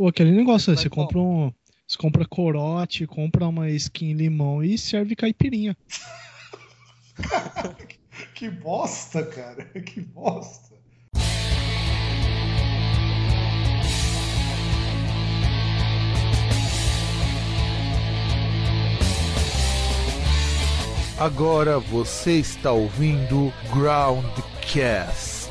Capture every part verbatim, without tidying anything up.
Pô, aquele negócio, Vai você como? compra um. Você compra corote, compra uma skin limão e serve caipirinha. Que bosta, cara. Que bosta. Agora você está ouvindo Groundcast.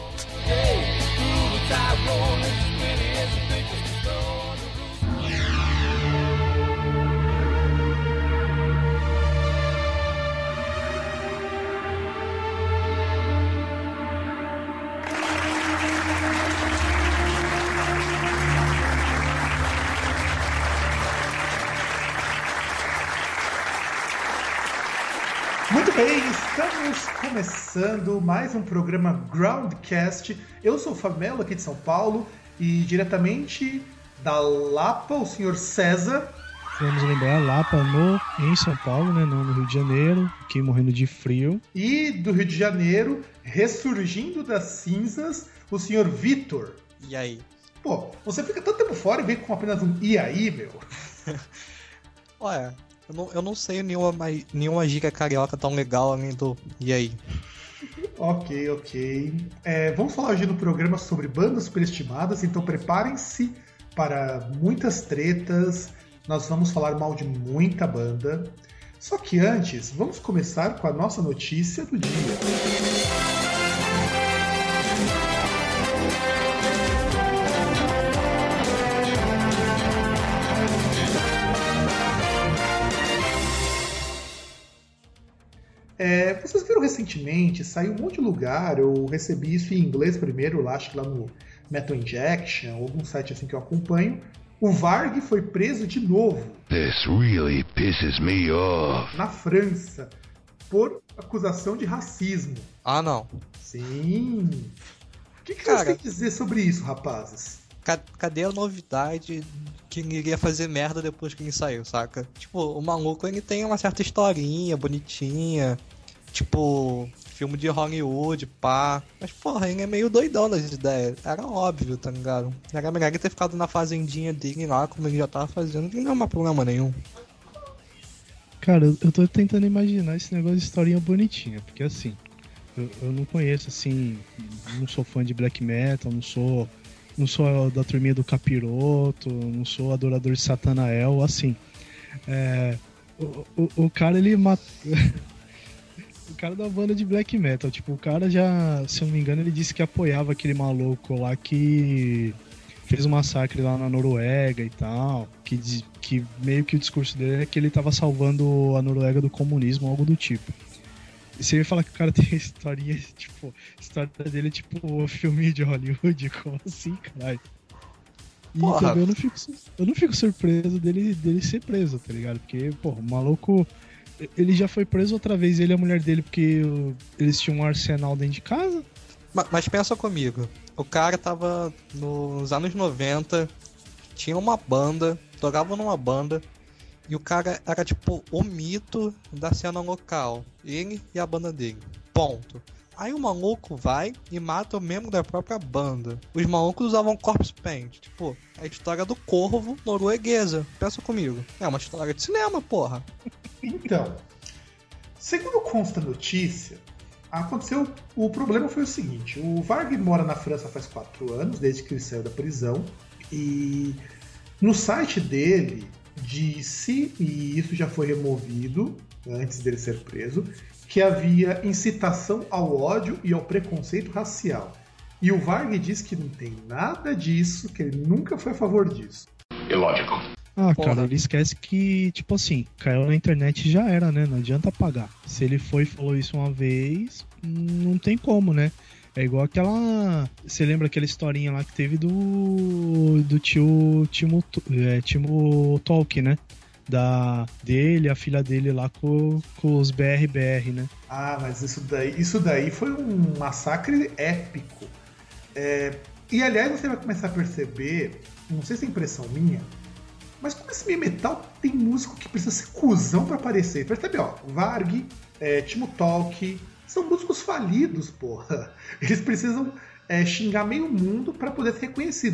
Muito bem, estamos começando mais um programa Groundcast. Eu sou o Fábio Melo, aqui de São Paulo, e diretamente da Lapa, o senhor César. Vamos lembrar, Lapa no, em São Paulo, né? Não no Rio de Janeiro, aqui morrendo de frio. E do Rio de Janeiro, ressurgindo das cinzas, o senhor Vitor. E aí? Pô, você fica tanto tempo fora e vem com apenas um e aí, meu? Ué, eu não, eu não sei nenhuma, mai- nenhuma gíria carioca tão legal além do e aí? Ok, ok. É, vamos falar hoje no programa sobre bandas superestimadas, então preparem-se para muitas tretas. Nós vamos falar mal de muita banda. Só que antes, vamos começar com a nossa notícia do dia. É, vocês viram recentemente, saiu um monte de lugar, eu recebi isso em inglês primeiro, lá, acho que lá no Metal Injection, ou algum site assim que eu acompanho. O Varg foi preso de novo. This really pisses me off. Na França, por acusação de racismo. Ah, não. Sim. O que, que Cara, vocês têm a dizer sobre isso, rapazes? Ca- Cadê a novidade que ele iria fazer merda depois que ele saiu, saca? Tipo, o maluco ele tem uma certa historinha bonitinha, tipo, filme de Hollywood, pá. Mas porra, ele é meio doidão das ideias. Era óbvio, tá ligado? Era melhor ele ter ficado na fazendinha dele lá, como ele já tava fazendo, que não é problema nenhum. Cara, eu, eu tô tentando imaginar esse negócio de historinha bonitinha, porque assim, eu, eu não conheço, assim, não sou fã de black metal, não sou, não sou da turminha do Capiroto, não sou adorador de Satanael, assim. É, o, o, o cara, ele matou... O cara da banda de black metal, tipo, o cara já, se eu não me engano, ele disse que apoiava aquele maluco lá que fez um massacre lá na Noruega e tal, que, diz- que meio que o discurso dele é que ele tava salvando a Noruega do comunismo, algo do tipo. E você me fala que o cara tem historinha, tipo, a história dele é tipo filme de Hollywood, como assim, caralho? E Porra. também eu não fico, su- eu não fico surpreso dele, dele ser preso, tá ligado? Porque, pô, o maluco, ele já foi preso outra vez, ele e a mulher dele, porque uh, eles tinham um arsenal dentro de casa. Ma- Mas pensa comigo, o cara tava nos anos noventa, tinha uma banda, tocava numa banda, e o cara era tipo o mito da cena local. Ele e a banda dele. Ponto. Aí o maluco vai e mata o membro da própria banda. Os malucos usavam corpse paint. Tipo, a história do corvo norueguesa. Pensa comigo. É uma história de cinema, porra. Então, segundo consta a notícia, aconteceu. O problema foi o seguinte: o Varg mora na França faz quatro anos, desde que ele saiu da prisão, e no site dele disse, e isso já foi removido antes dele ser preso, que havia incitação ao ódio e ao preconceito racial. E o Varg diz que não tem nada disso, que ele nunca foi a favor disso. Illogical. Ah, Porra. cara, ele esquece que, tipo assim, caiu na internet e já era, né? Não adianta apagar. Se ele foi e falou isso uma vez, não tem como, né? É igual aquela... Você lembra aquela historinha lá que teve do... Do tio Timo, é, Timo Tolkien, né? Da, dele, a filha dele lá com, com os B R B R, né? Ah, mas isso daí, isso daí foi um massacre épico. É, e aliás, você vai começar a perceber, não sei se é impressão minha, mas como esse meio metal tem músico que precisa ser cuzão pra aparecer. Percebe, ó, Varg, é, Timo Tolkien, são músicos falidos, porra. Eles precisam é, xingar meio mundo pra poder ser reconhecidos.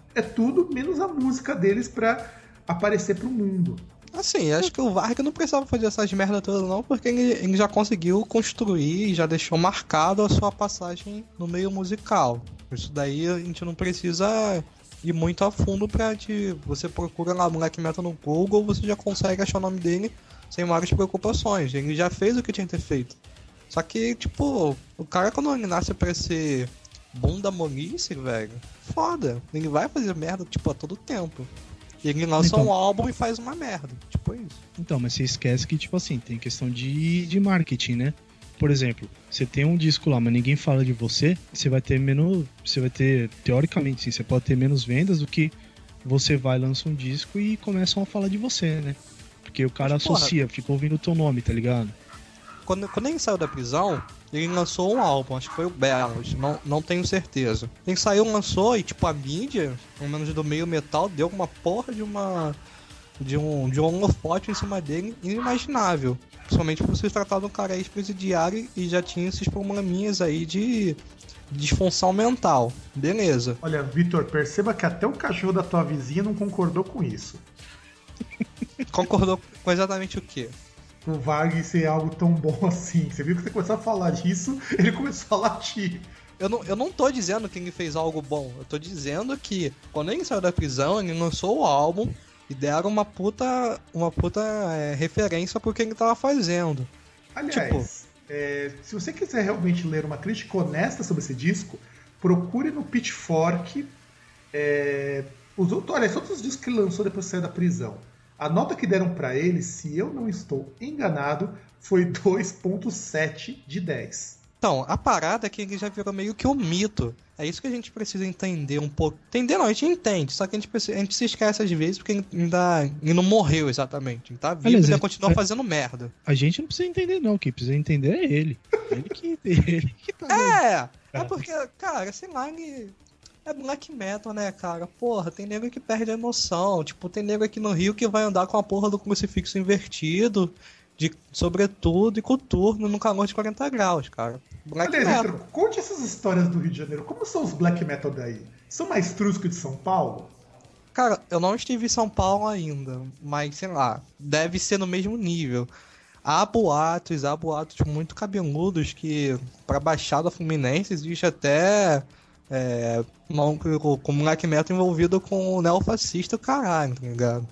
é tudo menos a música deles pra aparecer pro mundo. Assim, acho que o Varg não precisava fazer essas merdas todas não, porque ele, ele já conseguiu construir, já deixou marcado a sua passagem no meio musical. Isso daí a gente não precisa ir muito a fundo pra te... Você procura lá Black Metal no Google, você já consegue achar o nome dele sem maiores preocupações. Ele já fez o que tinha que ter feito. Só que, tipo, o cara quando ele nasce pra ser bunda molice, velho, foda. Ele vai fazer merda, tipo, a todo tempo. E ele lança então, um álbum e faz uma merda. Tipo isso. Então, mas você esquece que, tipo assim, tem questão de, de marketing, né? Por exemplo, você tem um disco lá, mas ninguém fala de você, você vai ter menos... Você vai ter, teoricamente, sim, você pode ter menos vendas do que você vai, lança um disco e começam a falar de você, né? Porque o cara mas, associa, porra, fica ouvindo o teu nome, tá ligado? Quando, quando ele saiu da prisão, ele lançou um álbum, acho que foi o Bellas, não, não tenho certeza. Ele saiu, lançou e tipo a mídia, pelo menos do meio metal, deu uma porra de uma de um, de um holofote em cima dele inimaginável. Principalmente por se tratar de um cara ex-presidiário e já tinha esses probleminhas aí de disfunção mental. Beleza. Olha, Vitor, perceba que até o cachorro da tua vizinha não concordou com isso. Concordou com exatamente o quê? O Varg ser algo tão bom assim. Você viu que você começou a falar disso, ele começou a latir. Eu não, eu não tô dizendo que ele fez algo bom. Eu tô dizendo que quando ele saiu da prisão, ele lançou o álbum e deram uma puta, uma puta é, referência pro que ele tava fazendo. Aliás, tipo, é, se você quiser realmente ler uma crítica honesta sobre esse disco, procure no Pitchfork é, os, olha, todos os discos que ele lançou depois de sair da prisão. A nota que deram pra ele, se eu não estou enganado, foi dois ponto sete de dez. Então, a parada é que ele já virou meio que um mito. É isso que a gente precisa entender um pouco. Entender não, a gente entende, só que a gente, precisa, a gente se esquece às vezes porque ele, ainda, ele não morreu exatamente. Ele tá vivo e ainda continua é, fazendo merda. A gente não precisa entender não, quem precisa entender é ele. Ele que, ele que tá... É, é porque, cara, sei lá, ele... É black metal, né, cara? Porra, tem nego que perde a emoção. Tipo, tem nego aqui no Rio que vai andar com a porra do crucifixo invertido, de sobretudo e coturno no calor de quarenta graus, cara. Black Aliás, metal. Victor, conte essas histórias do Rio de Janeiro. Como são os black metal daí? São mais truscos de São Paulo? Cara, eu não estive em São Paulo ainda, mas sei lá, deve ser no mesmo nível. Há boatos, há boatos muito cabeludos que pra Baixada Fluminense existe até... É, com black metal envolvido com o neofascista, caralho, tá ligado?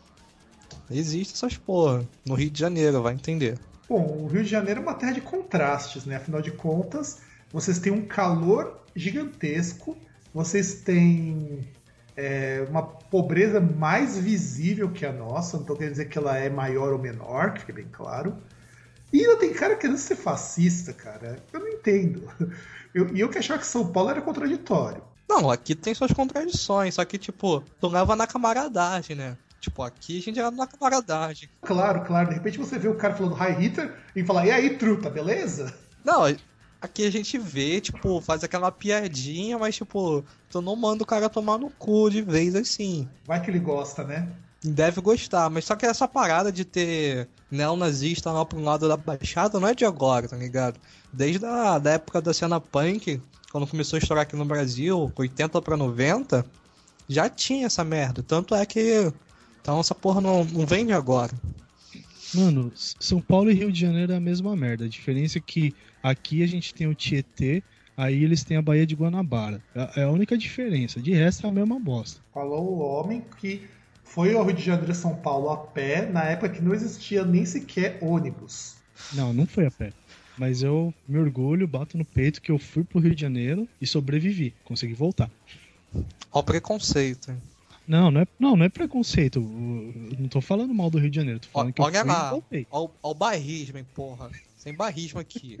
Existe essas porra. No Rio de Janeiro, vai entender. Bom, o Rio de Janeiro é uma terra de contrastes, né? Afinal de contas, vocês têm um calor gigantesco, vocês têm é, uma pobreza mais visível que a nossa, não tô querendo dizer que ela é maior ou menor, que fique bem claro. E ainda tem cara querendo ser fascista, cara. Eu não entendo. E eu, eu que achava que São Paulo era contraditório. Não, aqui tem suas contradições, só que, tipo, tu leva na camaradagem, né? Tipo, aqui a gente leva na camaradagem. Claro, claro. De repente você vê o cara falando Hi Hitler e fala, e aí, truta, beleza? Não, aqui a gente vê, tipo, faz aquela piadinha, mas, tipo, tu não manda o cara tomar no cu de vez assim. Vai que ele gosta, né? Deve gostar, mas só que essa parada de ter neonazista lá pro lado da Baixada não é de agora, tá ligado? Desde a da época da cena punk, quando começou a estourar aqui no Brasil, oitenta pra noventa, já tinha essa merda. Tanto é que então essa porra não, não vem de agora. Mano, São Paulo e Rio de Janeiro é a mesma merda. A diferença é que aqui a gente tem o Tietê, aí eles têm a Baía de Guanabara. É a única diferença. De resto é a mesma bosta. Falou o homem que foi ao Rio de Janeiro e São Paulo a pé, na época que não existia nem sequer ônibus. Não, não foi a pé. Mas eu me orgulho, bato no peito que eu fui pro Rio de Janeiro e sobrevivi. Consegui voltar. Ó preconceito. Não, não é, não, não é preconceito. Eu não tô falando mal do Rio de Janeiro. Tô falando ó, que eu olha fui lá, e voltei. Ó, ó o barrismo, hein, porra. Sem barrismo aqui.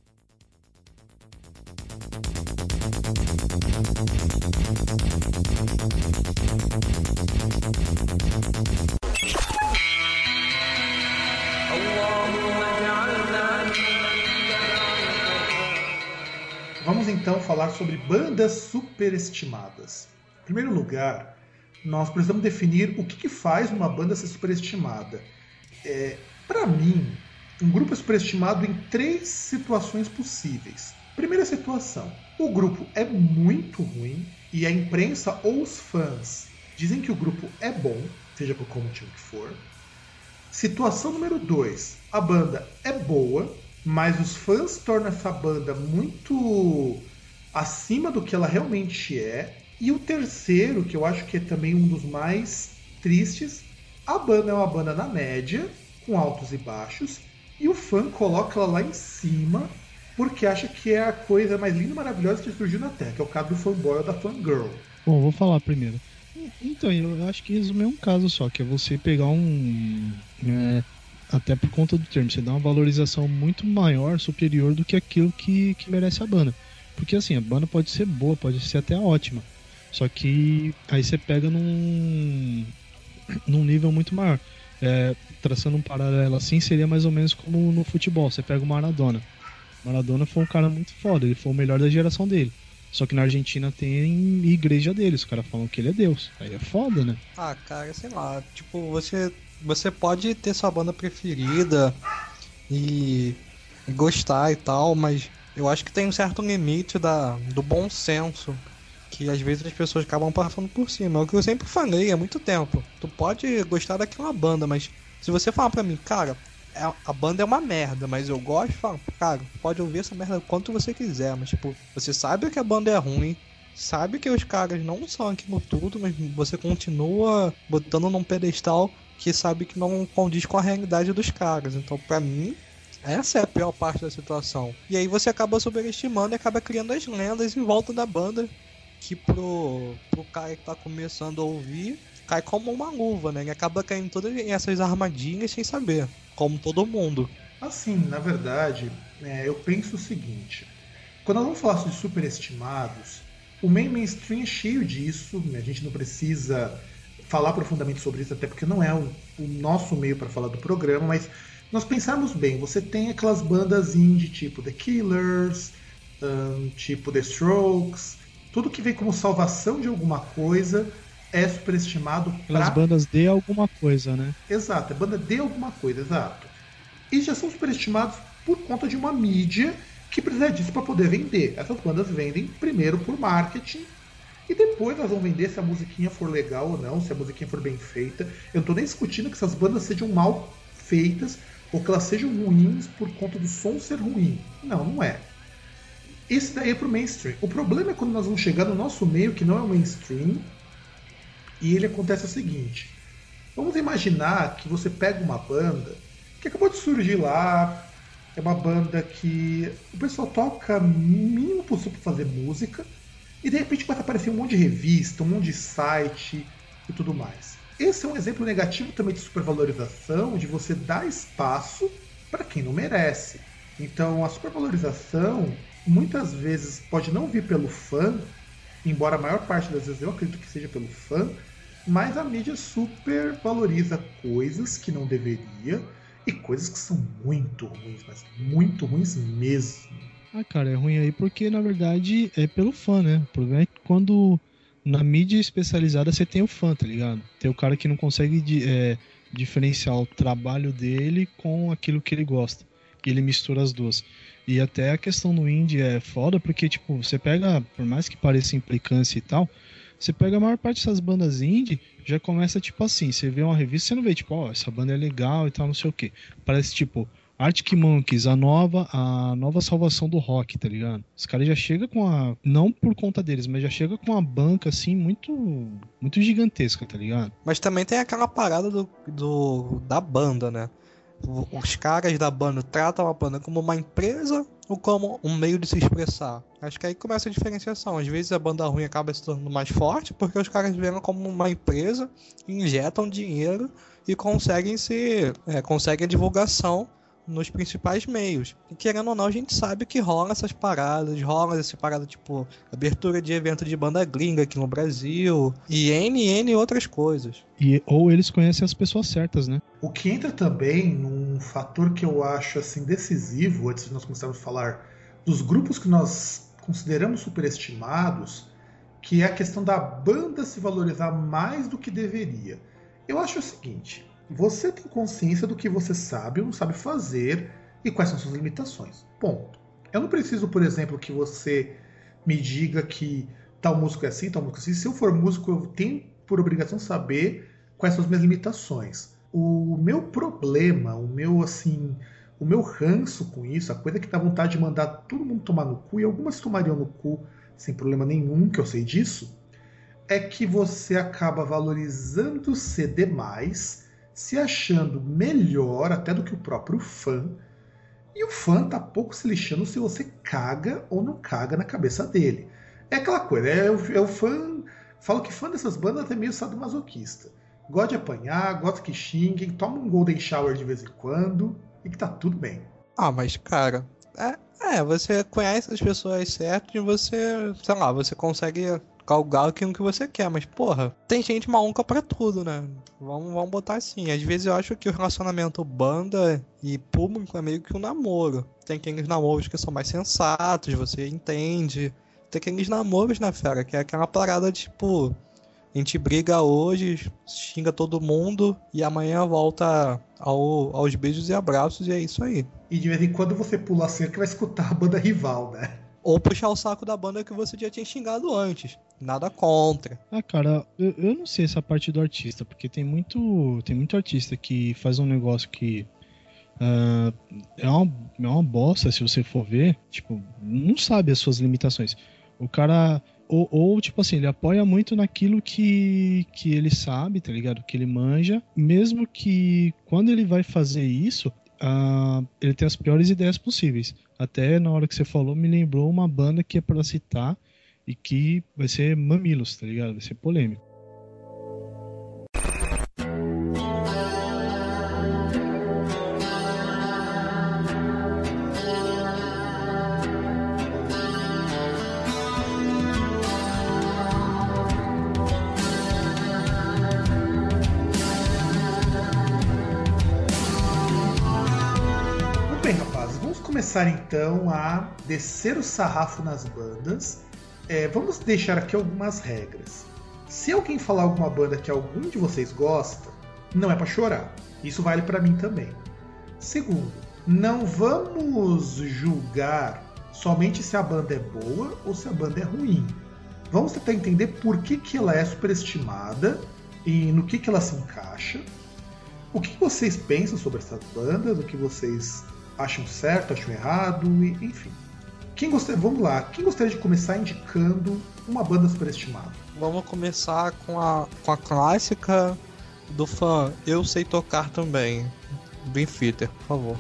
Vamos então falar sobre bandas superestimadas. Em primeiro lugar, nós precisamos definir o que, que faz uma banda ser superestimada. É, para mim, um grupo é superestimado em três situações possíveis. Primeira situação, o grupo é muito ruim, e a imprensa ou os fãs dizem que o grupo é bom, seja por qual motivo que for. Situação número dois, a banda é boa, mas os fãs tornam essa banda muito acima do que ela realmente é. E o terceiro, que eu acho que é também um dos mais tristes, a banda é uma banda na média, com altos e baixos, e o fã coloca ela lá em cima porque acha que é a coisa mais linda e maravilhosa que surgiu na Terra, que é o caso do fanboy ou da fangirl. Bom, vou falar primeiro. Então, eu acho que resume um caso só, que é você pegar um... É, até por conta do termo, você dá uma valorização muito maior, superior do que aquilo que, que merece a banda. Porque assim, a banda pode ser boa, pode ser até ótima, só que aí você pega num, num nível muito maior. É, traçando um paralelo assim, seria mais ou menos como no futebol, você pega o Maradona. Maradona foi um cara muito foda, ele foi o melhor da geração dele. Só que na Argentina tem igreja dele, os caras falam que ele é Deus. Aí é foda, né? Ah, cara, sei lá, tipo, você, você pode ter sua banda preferida e, e gostar e tal, mas eu acho que tem um certo limite da, do bom senso que às vezes as pessoas acabam passando por cima. É o que eu sempre falei há muito tempo. Tu pode gostar daquela banda, mas se você falar pra mim, cara, a banda é uma merda, mas eu gosto, falo, cara, pode ouvir essa merda quanto você quiser, mas tipo, você sabe que a banda é ruim, sabe que os caras não são aquilo tudo, mas você continua botando num pedestal que sabe que não condiz com a realidade dos caras. Então, pra mim, essa é a pior parte da situação. E aí você acaba sobreestimando e acaba criando as lendas em volta da banda, que pro, pro cara que tá começando a ouvir, cai como uma luva, né? Ele acaba caindo em todas essas armadilhas sem saber, como todo mundo. Assim, na verdade, é, eu penso o seguinte: quando nós vamos falar sobre superestimados, o meio mainstream é cheio disso, né? A gente não precisa falar profundamente sobre isso, até porque não é o, o nosso meio para falar do programa, mas nós pensarmos bem, você tem aquelas bandas indie tipo The Killers, um, tipo The Strokes, tudo que vem como salvação de alguma coisa é superestimado. Aquelas pra... bandas de alguma coisa, né? Exato, é banda de alguma coisa, exato. E já são superestimados por conta de uma mídia que precisa disso para poder vender. Essas bandas vendem primeiro por marketing e depois elas vão vender se a musiquinha for legal ou não, se a musiquinha for bem feita. Eu não tô nem discutindo que essas bandas sejam mal feitas ou que elas sejam ruins por conta do som ser ruim. Não, não é. Isso daí é pro mainstream. O problema é quando nós vamos chegar no nosso meio, que não é o mainstream, e ele acontece o seguinte: vamos imaginar que você pega uma banda que acabou de surgir lá, é uma banda que o pessoal toca o mínimo possível para fazer música, e de repente começa a aparecer um monte de revista, um monte de site e tudo mais. Esse é um exemplo negativo também de supervalorização, de você dar espaço para quem não merece. Então a supervalorização muitas vezes pode não vir pelo fã, embora a maior parte das vezes eu acredito que seja pelo fã, mas a mídia super valoriza coisas que não deveria e coisas que são muito ruins, mas muito ruins mesmo. Ah, cara, é ruim aí porque, na verdade, é pelo fã, né? O problema é que quando na mídia especializada você tem o fã, tá ligado? Tem o cara que não consegue é, diferenciar o trabalho dele com aquilo que ele gosta. E ele mistura as duas. E até a questão do indie é foda porque, tipo, você pega, por mais que pareça implicância e tal, você pega a maior parte dessas bandas indie, já começa tipo assim, você vê uma revista, você não vê tipo, ó, oh, essa banda é legal e tal, não sei o que. Parece tipo, Arctic Monkeys, a nova, a nova salvação do rock, tá ligado? Os caras já chegam com a, não por conta deles, mas já chega com uma banca assim, muito, muito gigantesca, tá ligado? Mas também tem aquela parada do, do da banda, né? Os caras da banda tratam a banda como uma empresa ou como um meio de se expressar. Acho que aí começa a diferenciação. Às vezes a banda ruim acaba se tornando mais forte porque os caras veem como uma empresa, injetam dinheiro e conseguem se é, conseguem a divulgação nos principais meios. E querendo ou não, a gente sabe que rola essas paradas, rola essa parada tipo abertura de evento de banda gringa aqui no Brasil e N N outras coisas. E, ou eles conhecem as pessoas certas, né? O que entra também num fator que eu acho assim decisivo, antes de nós começarmos a falar dos grupos que nós consideramos superestimados, que é a questão da banda se valorizar mais do que deveria. Eu acho o seguinte: você tem consciência do que você sabe ou não sabe fazer e quais são suas limitações. Ponto. Eu não preciso, por exemplo, que você me diga que tal músico é assim, tal músico é assim. Se eu for músico, eu tenho por obrigação saber quais são as minhas limitações. O meu problema, o meu, assim, o meu ranço com isso, a coisa que dá vontade de mandar todo mundo tomar no cu, e algumas tomariam no cu sem problema nenhum, que eu sei disso, é que você acaba valorizando-se demais, se achando melhor até do que o próprio fã, e o fã tá pouco se lixando se você caga ou não caga na cabeça dele. É aquela coisa, é o, é o fã... Falo que fã dessas bandas é meio sadomasoquista. Gosta de apanhar, gosta que xinguem, toma um golden shower de vez em quando e que tá tudo bem. Ah, mas cara, é, é você conhece as pessoas certas e você, sei lá, você consegue galgar aquilo que você quer, mas porra, tem gente maluca pra tudo, né? Vamos, vamos botar assim, às vezes eu acho que o relacionamento banda e público é meio que um namoro. Tem aqueles namoros que são mais sensatos, você entende. Tem aqueles namoros, né, fera, que é aquela parada de, tipo, a gente briga hoje, xinga todo mundo e amanhã volta ao, aos beijos e abraços e é isso aí. E de vez em quando você pula a cerca e vai escutar a banda rival, né? Ou puxar o saco da banda que você já tinha xingado antes. Nada contra. Ah, cara, eu, eu não sei essa parte do artista, porque tem muito, tem muito artista que faz um negócio que uh, é, uma, é uma bosta, se você for ver, tipo, não sabe as suas limitações. O cara, ou, ou tipo assim, ele apoia muito naquilo que, que ele sabe, tá ligado? Que ele manja, mesmo que quando ele vai fazer isso, Uh, ele tem as piores ideias possíveis. Até na hora que você falou, me lembrou uma banda que é pra citar e que vai ser Mamilos, tá ligado? Vai ser polêmico. Começar então a descer o sarrafo nas bandas. É, vamos deixar aqui algumas regras. Se alguém falar alguma banda que algum de vocês gosta, não é pra chorar. Isso vale pra mim também. Segundo, não vamos julgar somente se a banda é boa ou se a banda é ruim. Vamos tentar entender por que, que ela é superestimada e no que, que ela se encaixa. O que vocês pensam sobre essas bandas, o que vocês acham certo, acham errado, e, enfim. Quem gostaria, vamos lá, quem gostaria de começar indicando uma banda superestimada? Vamos começar com a, com a clássica do fã Eu Sei Tocar Também, Dream Theater, por favor.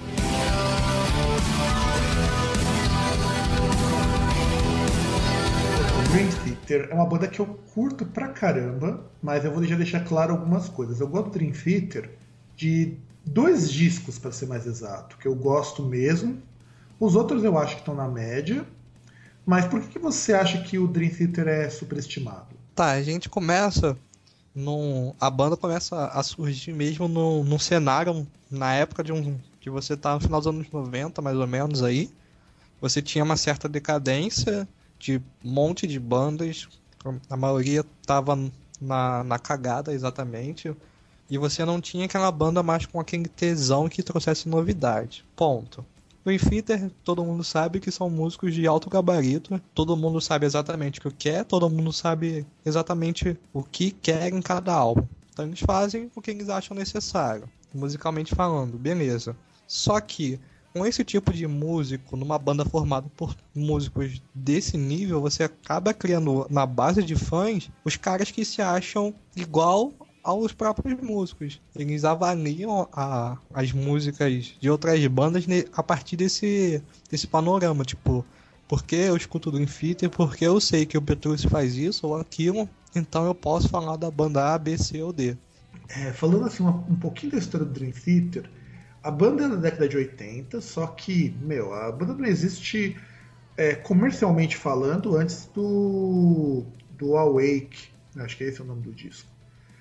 Dream Theater é uma banda que eu curto pra caramba, mas eu vou já deixar claro algumas coisas. Eu gosto do Dream Theater de dois discos, para ser mais exato, que eu gosto mesmo. Os outros eu acho que estão na média. Mas por que, que você acha que o Dream Theater é superestimado? Tá, a gente começa... Num, a banda começa a surgir mesmo num, num cenário, na época de um que você tá no final dos anos noventa, mais ou menos aí. Você tinha uma certa decadência de um monte de bandas. A maioria tava na, na cagada, exatamente. E você não tinha aquela banda mais com aquele tesão que trouxesse novidade. Ponto. Dream Theater, todo mundo sabe que são músicos de alto gabarito. Todo mundo sabe exatamente o que quer. Todo mundo sabe exatamente o que quer em cada álbum. Então eles fazem o que eles acham necessário, musicalmente falando. Beleza. Só que com esse tipo de músico, numa banda formada por músicos desse nível, você acaba criando na base de fãs os caras que se acham igual aos próprios músicos. Eles avaliam a, as músicas de outras bandas a partir desse, desse panorama, tipo, porque eu escuto o Dream Theater, porque eu sei que o Petrus faz isso ou aquilo, então eu posso falar da banda A, B, C ou D. É, falando assim uma, um pouquinho da história do Dream Theater, a banda é da década de oitenta, só que, meu, a banda não existe é, comercialmente falando antes do, do Awake, acho que esse é o nome do disco.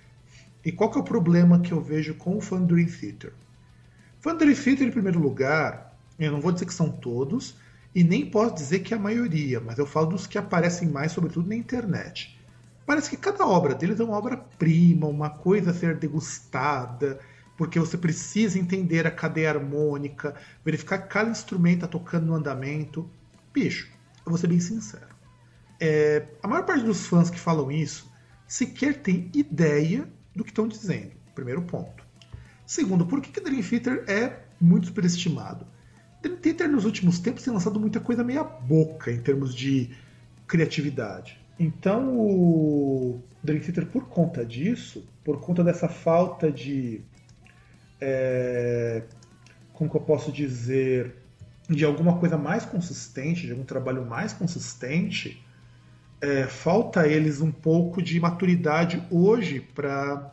E qual que é o problema que eu vejo com o fã do Dream Theater? Fã do Dream Theater, em primeiro lugar, eu não vou dizer que são todos, e nem posso dizer que é a maioria, mas eu falo dos que aparecem mais, sobretudo na internet. Parece que cada obra deles é uma obra-prima, uma coisa a ser degustada, porque você precisa entender a cadeia harmônica, verificar que cada instrumento está tocando no andamento. Bicho, eu vou ser bem sincero. É, a maior parte dos fãs que falam isso sequer tem ideia do que estão dizendo. Primeiro ponto. Segundo, por que que Dream Theater é muito superestimado? Dream Theater nos últimos tempos tem lançado muita coisa meia boca em termos de criatividade. Então o Dream Theater, por conta disso, por conta dessa falta de... É, como que eu posso dizer... de alguma coisa mais consistente, de algum trabalho mais consistente, é, falta a eles um pouco de maturidade hoje para...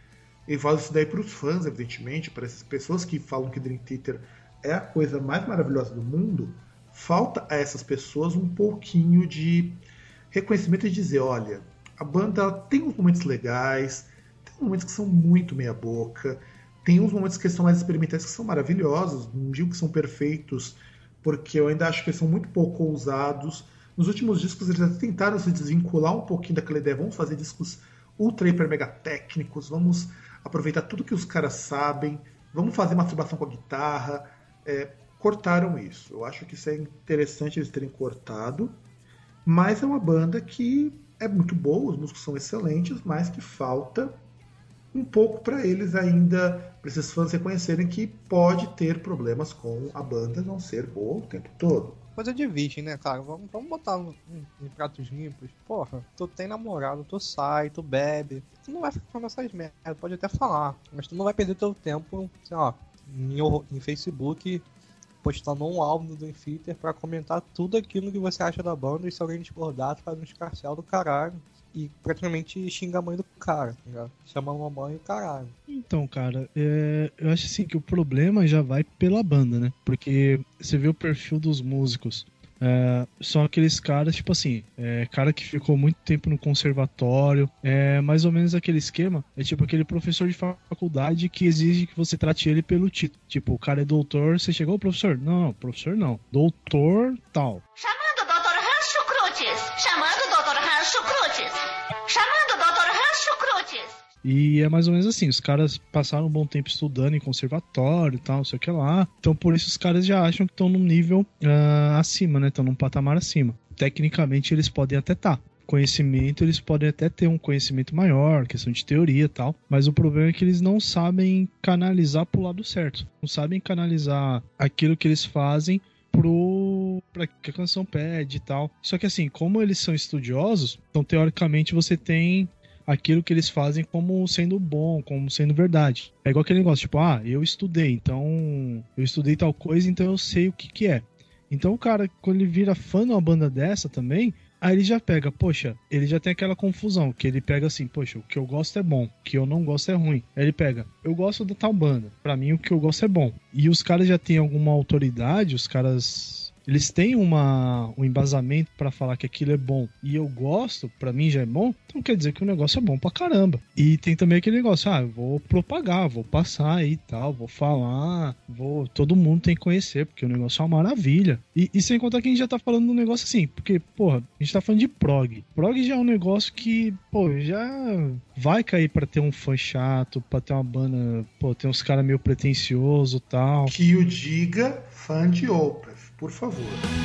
E falo isso daí para os fãs, evidentemente, para essas pessoas que falam que Dream Theater é a coisa mais maravilhosa do mundo. Falta a essas pessoas um pouquinho de reconhecimento e dizer, olha, a banda tem uns momentos legais, tem momentos que são muito meia boca, tem uns momentos que são mais experimentais que são maravilhosos, não digo que são perfeitos, porque eu ainda acho que eles são muito pouco ousados. Nos últimos discos eles até tentaram se desvincular um pouquinho daquela ideia, vamos fazer discos ultra, hiper, mega técnicos, vamos aproveitar tudo que os caras sabem, vamos fazer masturbação com a guitarra. É, cortaram isso. Eu acho que isso é interessante eles terem cortado, mas é uma banda que é muito boa, os músicos são excelentes, mas que falta um pouco para eles ainda, para esses fãs reconhecerem que pode ter problemas com a banda não ser boa o tempo todo. Coisa de virgem, né, cara? Vamos, vamos botar em, em pratos limpos. Porra, tu tem namorado, tu sai, tu bebe. Tu não vai ficar falando essas merdas, pode até falar, mas tu não vai perder teu tempo, sei lá, em, em Facebook, postando um álbum do Dream Theater pra comentar tudo aquilo que você acha da banda, e se alguém discordar, tu faz um escarcel do caralho. E praticamente xinga a mãe do cara, tá? Chama a mamãe e o caralho. Então, cara, é, eu acho assim que o problema já vai pela banda, né? Porque você vê o perfil dos músicos. É, são aqueles caras, tipo assim, é, cara que ficou muito tempo no conservatório, é mais ou menos aquele esquema, é tipo aquele professor de faculdade que exige que você trate ele pelo título. Tipo, o cara é doutor, você chegou, professor? Não, não, professor não. Doutor tal. Chamando o doutor Hans Chucrutes! Chamando o doutor Hans Chucrutes! Chamando o doutor Hans Chucrutes! E é mais ou menos assim, os caras passaram um bom tempo estudando em conservatório e tal, não sei o que lá. Então por isso os caras já acham que estão num nível uh, acima, né? Estão num patamar acima. Tecnicamente eles podem até estar. Conhecimento, eles podem até ter um conhecimento maior, questão de teoria e tal. Mas o problema é que eles não sabem canalizar pro lado certo. Não sabem canalizar aquilo que eles fazem pro... pra que a canção pede e tal. Só que assim, como eles são estudiosos, então teoricamente você tem aquilo que eles fazem como sendo bom, como sendo verdade. É igual aquele negócio, tipo, ah, eu estudei, então eu estudei tal coisa, então eu sei o que que é. Então o cara, quando ele vira fã de uma banda dessa também, aí ele já pega, poxa, ele já tem aquela confusão, que ele pega assim, poxa, o que eu gosto é bom, o que eu não gosto é ruim. Aí ele pega, eu gosto da tal banda, pra mim o que eu gosto é bom. E os caras já têm alguma autoridade, os caras... Eles têm uma, um embasamento pra falar que aquilo é bom e eu gosto, pra mim já é bom, então quer dizer que o negócio é bom pra caramba. E tem também aquele negócio, ah, eu vou propagar, vou passar aí e tal, vou falar, vou, todo mundo tem que conhecer, porque o negócio é uma maravilha. E, e sem contar que a gente já tá falando de um negócio assim, porque, porra, a gente tá falando de prog. Prog já é um negócio que, pô, já vai cair pra ter um fã chato, pra ter uma banda, pô, tem uns caras meio pretencioso e tal. Que o diga fã de Opeth, por favor.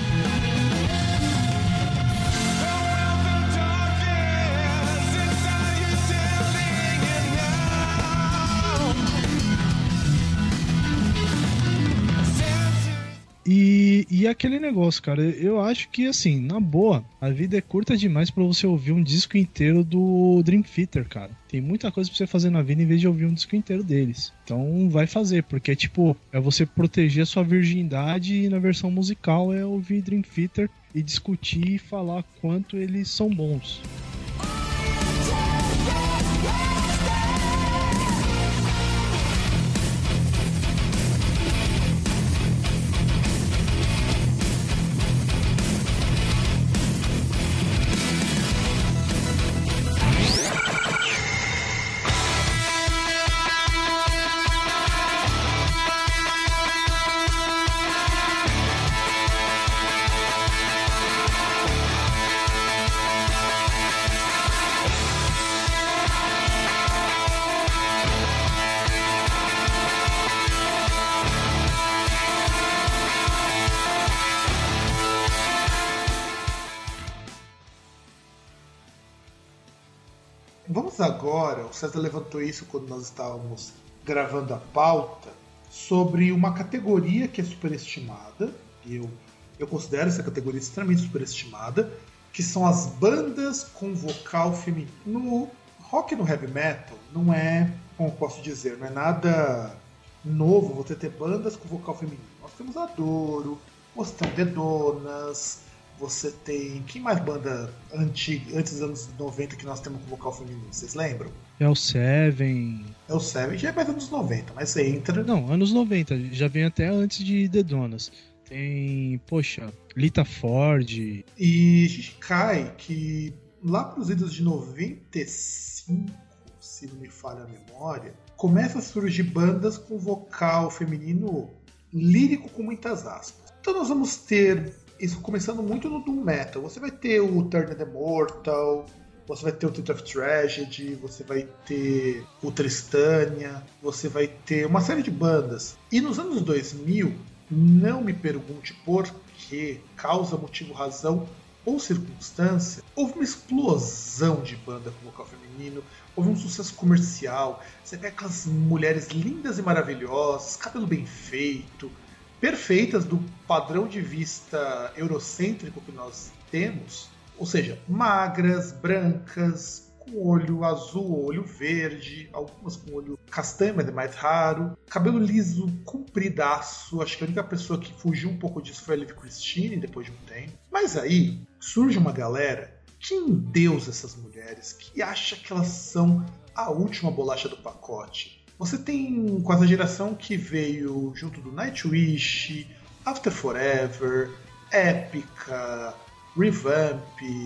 E, e aquele negócio, cara, eu acho que, assim, na boa, a vida é curta demais pra você ouvir um disco inteiro do Dream Theater, cara. Tem muita coisa pra você fazer na vida em vez de ouvir um disco inteiro deles. Então vai fazer, porque, tipo, é você proteger a sua virgindade e na versão musical é ouvir Dream Theater e discutir e falar quanto eles são bons. Vamos agora, o César levantou isso quando nós estávamos gravando a pauta, sobre uma categoria que é superestimada, e eu, eu considero essa categoria extremamente superestimada, que são as bandas com vocal feminino. No rock e no heavy metal não é, como posso dizer, não é nada novo você ter bandas com vocal feminino. Nós temos a Doro, você tem Dedonas, você tem... Quem mais banda antiga, antes dos anos noventa que nós temos com vocal feminino? Vocês lembram? É o Seven. É o Seven, já é mais anos noventa, mas você entra... Não, anos noventa, já vem até antes de Dedonas. Tem, poxa, Lita Ford. E a gente cai que lá para os idos de noventa e cinco, se não me falha a memória, começa a surgir bandas com vocal feminino lírico com muitas aspas. Então nós vamos ter isso começando muito no Doom Metal. Você vai ter o Turn the Mortal, você vai ter o Theatre of Tragedy, você vai ter o Tristania, você vai ter uma série de bandas. E nos anos dois mil, não me pergunte por que, causa, motivo, razão ou circunstância, houve uma explosão de banda com vocal feminino, houve um sucesso comercial. Você vê aquelas mulheres lindas e maravilhosas, cabelo bem feito, perfeitas do padrão de vista eurocêntrico que nós temos, ou seja, magras, brancas, com olho azul, olho verde, algumas com olho castanho, mas é mais raro, cabelo liso, compridaço. Acho que a única pessoa que fugiu um pouco disso foi a Liv Christine depois de um tempo. Mas aí surge uma galera que endeusa essas mulheres, que acha que elas são a última bolacha do pacote. Você tem com essa geração que veio junto do Nightwish, After Forever, Epica, Revamp,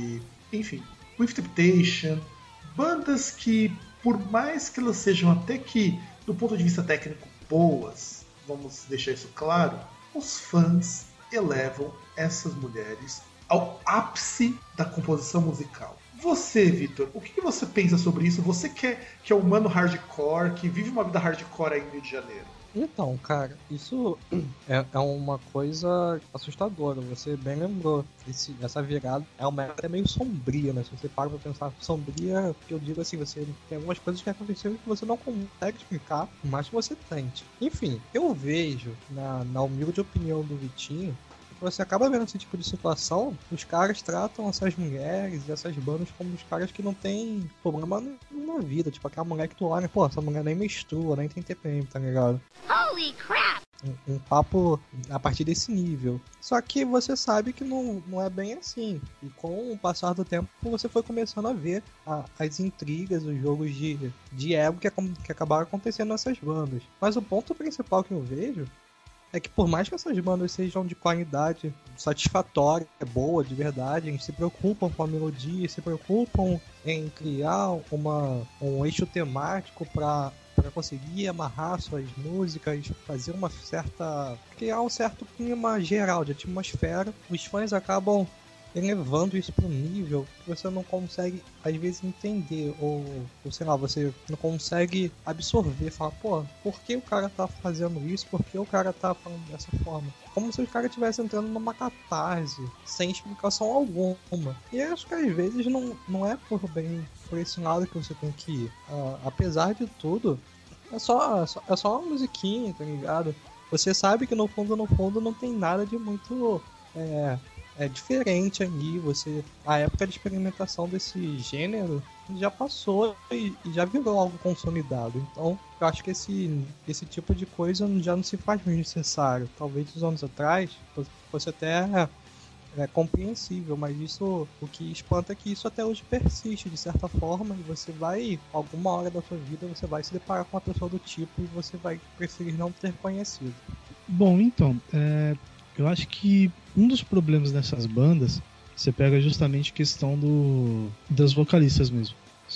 enfim, With Temptation, bandas que, por mais que elas sejam até que, do ponto de vista técnico, boas, vamos deixar isso claro, os fãs elevam essas mulheres ao ápice da composição musical. Você, Vitor, o que você pensa sobre isso? Você que é, que é um humano hardcore, que vive uma vida hardcore aí no Rio de Janeiro. Então, cara, isso é, é uma coisa assustadora. Você bem lembrou. Esse, essa virada é uma época meio sombria, né? Se você para pra pensar sombria, eu digo assim, você tem algumas coisas que aconteceram que você não consegue explicar, mas que você tente. Enfim, eu vejo, na, na humilde opinião do Vitinho, você acaba vendo esse tipo de situação, os caras tratam essas mulheres e essas bandas como os caras que não tem problema na vida. Tipo, aquela mulher que tu olha, pô, essa mulher nem menstrua, nem tem T P M, tá ligado? Holy crap! Um, um papo a partir desse nível. Só que você sabe que não, não é bem assim. E com o passar do tempo, você foi começando a ver a, as intrigas, os jogos de, de ego que, que acabaram acontecendo nessas bandas. Mas o ponto principal que eu vejo é que por mais que essas bandas sejam de qualidade satisfatória, boa, de verdade, eles se preocupam com a melodia, se preocupam em criar uma, um eixo temático para para conseguir amarrar suas músicas, fazer uma certa... criar um certo clima geral de atmosfera, os fãs acabam elevando isso para um nível que você não consegue, às vezes, entender, ou, ou sei lá, você não consegue absorver, falar, pô, por que o cara tá fazendo isso? Por que o cara tá falando dessa forma? Como se o cara estivesse entrando numa catarse, sem explicação alguma. E acho que às vezes não, não é por bem, por esse lado que você tem que ir. Uh, apesar de tudo, é só, é só, é só uma musiquinha, tá ligado? Você sabe que no fundo, no fundo, não tem nada de muito... É, É diferente ali, você... A época de experimentação desse gênero já passou e, e já virou algo consolidado. Então, eu acho que esse, esse tipo de coisa já não se faz mais necessário. Talvez uns anos atrás fosse até é, compreensível, mas isso, o que espanta é que isso até hoje persiste, de certa forma, e você vai, alguma hora da sua vida, você vai se deparar com uma pessoa do tipo e você vai preferir não ter conhecido. Bom, então, é... eu acho que um dos problemas dessas bandas, você pega justamente a questão do, das vocalistas mesmo.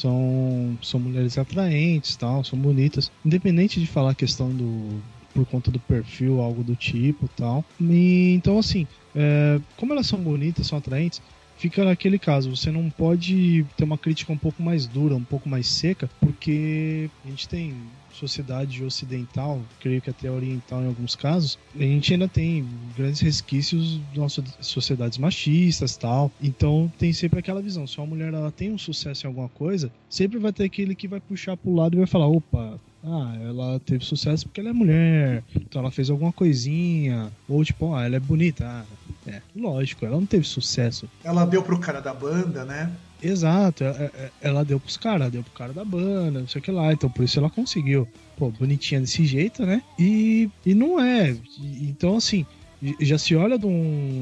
São, são mulheres atraentes, tal, são bonitas. Independente de falar a questão do... por conta do perfil, algo do tipo, tal. E, então, assim, é, como elas são bonitas, são atraentes, fica naquele caso, você não pode ter uma crítica um pouco mais dura, um pouco mais seca, porque a gente tem sociedade ocidental, creio que até oriental em alguns casos, a gente ainda tem grandes resquícios de nossas sociedades machistas e tal, então tem sempre aquela visão, se uma mulher ela tem um sucesso em alguma coisa, sempre vai ter aquele que vai puxar pro lado e vai falar, opa, ah, ela teve sucesso porque ela é mulher, então ela fez alguma coisinha, ou tipo, ah, ela é bonita, ah, é, lógico, ela não teve sucesso. Ela deu pro cara da banda, né? Exato, ela deu pros caras, deu pro cara da banda, não sei o que lá, então por isso ela conseguiu. Pô, bonitinha desse jeito, né? E, e não é. Então, assim, já se olha de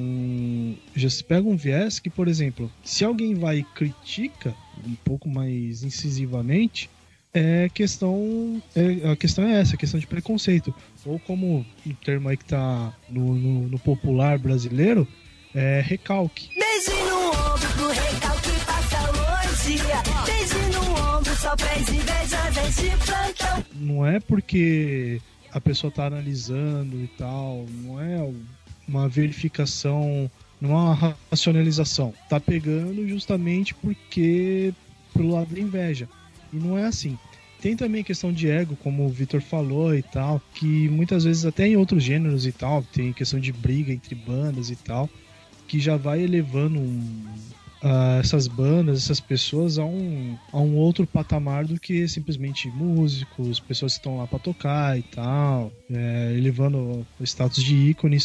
um. Já se pega um viés que, por exemplo, se alguém vai e critica um pouco mais incisivamente, é questão. É, a questão é essa, a questão de preconceito. Ou como o termo aí que tá no, no, no popular brasileiro, é recalque. Beijo no ombro pro recalque passa longe. Beijo no ombro só pra invejosas de plantão. Não é porque a pessoa tá analisando e tal, não é uma verificação, não é uma racionalização. Tá pegando justamente porque pro lado da inveja. E não é assim. Tem também questão de ego, como o Vitor falou e tal, que muitas vezes até em outros gêneros e tal, tem questão de briga entre bandas e tal, que já vai elevando um, uh, essas bandas, essas pessoas a um, a um outro patamar do que simplesmente músicos, pessoas que estão lá para tocar e tal, é, elevando o status de ícones.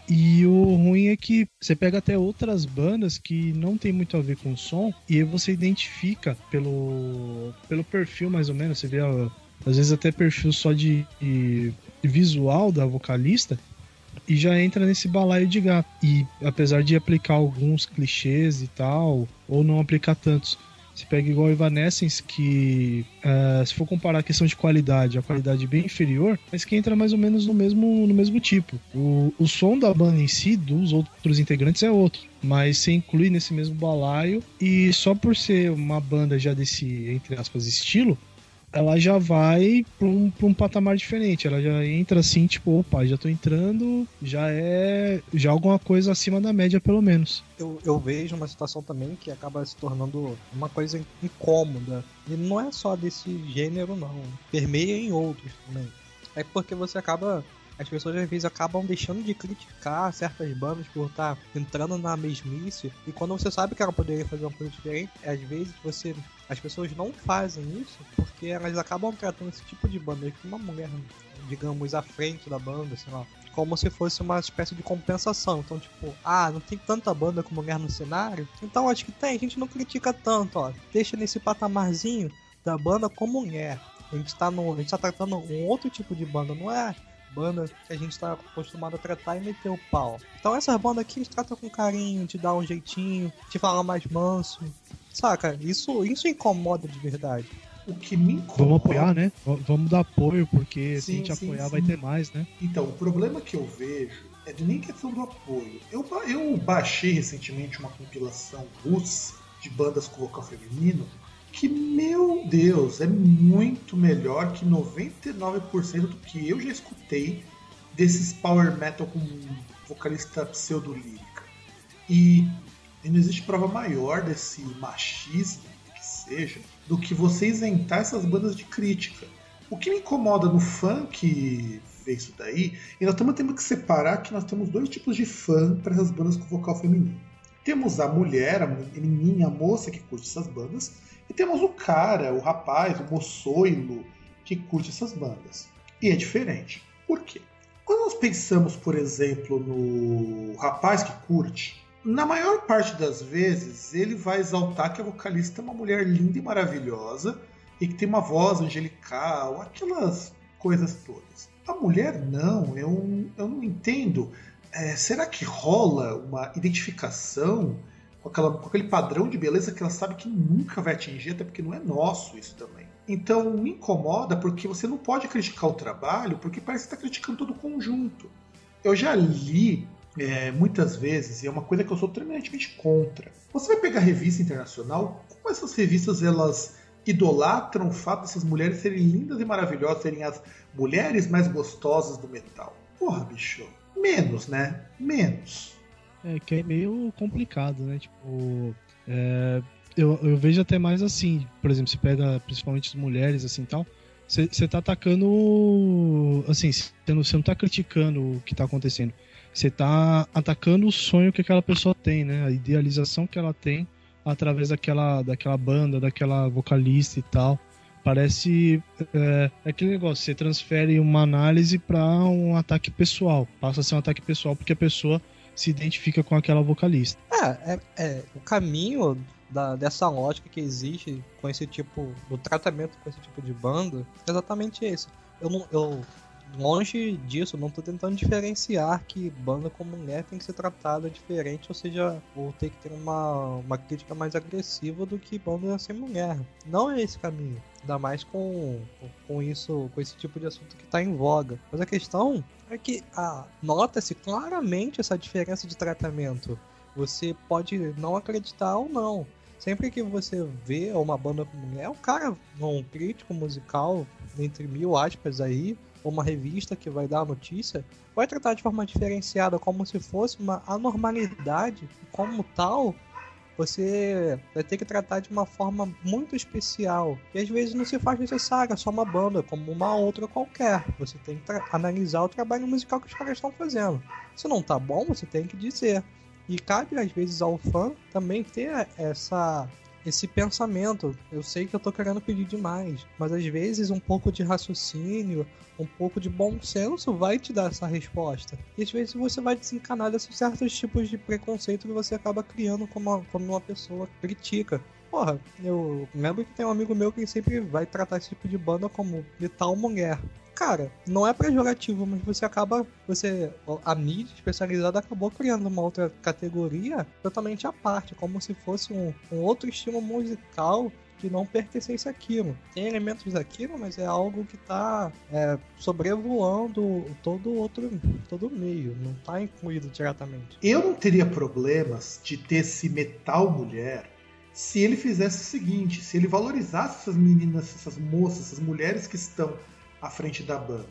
E o ruim é que você pega até outras bandas que não tem muito a ver com o som e aí você identifica pelo, pelo perfil mais ou menos, você vê às vezes até perfil só de, de visual da vocalista, e já entra nesse balaio de gato. E apesar de aplicar alguns clichês e tal, ou não aplicar tantos, você pega igual o Evanescence, que uh, se for comparar a questão de qualidade, a qualidade bem inferior, mas que entra mais ou menos no mesmo, no mesmo tipo. O, o som da banda em si, dos outros integrantes, é outro, mas você inclui nesse mesmo balaio, e só por ser uma banda já desse, entre aspas, estilo, ela já vai para um, pra um patamar diferente. Ela já entra assim, tipo, opa, já tô entrando, já é já alguma coisa acima da média, pelo menos. Eu, eu vejo uma situação também que acaba se tornando uma coisa incômoda. E não é só desse gênero, não. Permeia em outros também. É porque você acaba... As pessoas às vezes acabam deixando de criticar certas bandas por estar entrando na mesmice. E quando você sabe que ela poderia fazer uma coisa diferente, às vezes você, as pessoas não fazem isso porque elas acabam tratando esse tipo de banda como uma mulher, digamos, à frente da banda, sei lá, como se fosse uma espécie de compensação. Então, tipo, ah, não tem tanta banda com mulher no cenário? Então acho que tem, a gente não critica tanto, ó. Deixa nesse patamarzinho da banda como mulher. A gente tá, no, a gente tá tratando um outro tipo de banda, não é banda que a gente tá acostumado a tratar e meter o pau. Então essas bandas aqui eles tratam com carinho, te dá um jeitinho, te fala mais manso. Saca? Isso, isso incomoda de verdade. O que me incomoda... Vamos apoiar, né? Vamos dar apoio, porque sim, se a gente sim, apoiar sim. vai ter mais, né? Então, o problema que eu vejo é de nem questão do apoio. Eu, eu baixei recentemente uma compilação russa de bandas com vocal feminino que, meu Deus, é muito melhor que noventa e nove por cento do que eu já escutei desses power metal com vocalista pseudo-lírica. E, e não existe prova maior desse machismo, que seja, do que você isentar essas bandas de crítica. O que me incomoda no fã que vê isso daí, e nós estamos tendo que separar que nós temos dois tipos de fã para essas bandas com vocal feminino. Temos a mulher, a menininha, a moça que curte essas bandas, e temos o cara, o rapaz, o moçoilo que curte essas bandas. E é diferente. Por quê? Quando nós pensamos, por exemplo, no rapaz que curte, na maior parte das vezes ele vai exaltar que a vocalista é uma mulher linda e maravilhosa e que tem uma voz angelical, aquelas coisas todas. A mulher não, eu, eu não entendo. É, será que rola uma identificação com, aquela, com aquele padrão de beleza que ela sabe que nunca vai atingir, até porque não é nosso isso também. Então me incomoda porque você não pode criticar o trabalho, porque parece que está criticando todo o conjunto. Eu já li é, muitas vezes, e é uma coisa que eu sou tremendamente contra. Você vai pegar revista internacional, como essas revistas elas idolatram o fato dessas mulheres serem lindas e maravilhosas, serem as mulheres mais gostosas do metal. Porra, bicho. Menos, né? Menos. É, que é meio complicado, né? Tipo, é, eu, eu vejo até mais assim, por exemplo, você pega principalmente as mulheres, assim, tal, você tá atacando, assim, você não, você não tá criticando o que tá acontecendo, você tá atacando o sonho que aquela pessoa tem, né? A idealização que ela tem através daquela, daquela banda, daquela vocalista e tal. Parece é, é aquele negócio, você transfere uma análise para um ataque pessoal, passa a ser um ataque pessoal porque a pessoa se identifica com aquela vocalista. É, é, é o caminho da, dessa lógica que existe com esse tipo, do tratamento com esse tipo de banda, é exatamente esse. Eu não, eu, longe disso, não tô tentando diferenciar que banda com mulher tem que ser tratada diferente, ou seja, ou ter que ter uma, uma crítica mais agressiva do que banda sem mulher. Não é esse caminho. Ainda mais com, com isso, com esse tipo de assunto que está em voga. Mas a questão é que ah, nota-se claramente essa diferença de tratamento. Você pode não acreditar ou não. Sempre que você vê uma banda com mulher, o cara, um crítico musical, entre mil aspas aí, ou uma revista que vai dar a notícia, vai tratar de forma diferenciada, como se fosse uma anormalidade. Como tal, você vai ter que tratar de uma forma muito especial. E às vezes não se faz necessária só uma banda, como uma outra qualquer. Você tem que analisar o trabalho musical que os caras estão fazendo. Se não tá bom, você tem que dizer. E cabe às vezes ao fã também ter essa, esse pensamento. Eu sei que eu tô querendo pedir demais, mas às vezes um pouco de raciocínio, um pouco de bom senso vai te dar essa resposta. E às vezes você vai desencanar desses certos tipos de preconceito que você acaba criando como uma, como uma pessoa critica. Porra, eu lembro que tem um amigo meu que sempre vai tratar esse tipo de banda como de tal mulher. Cara, não é pejorativo, mas você acaba, você, a mídia especializada acabou criando uma outra categoria totalmente à parte, como se fosse um, um outro estilo musical que não pertencesse àquilo. Tem elementos daquilo, mas é algo que está é, sobrevoando todo outro todo meio, não está incluído diretamente. Eu não teria problemas de ter esse metal mulher se ele fizesse o seguinte, se ele valorizasse essas meninas, essas moças, essas mulheres que estão à frente da banda.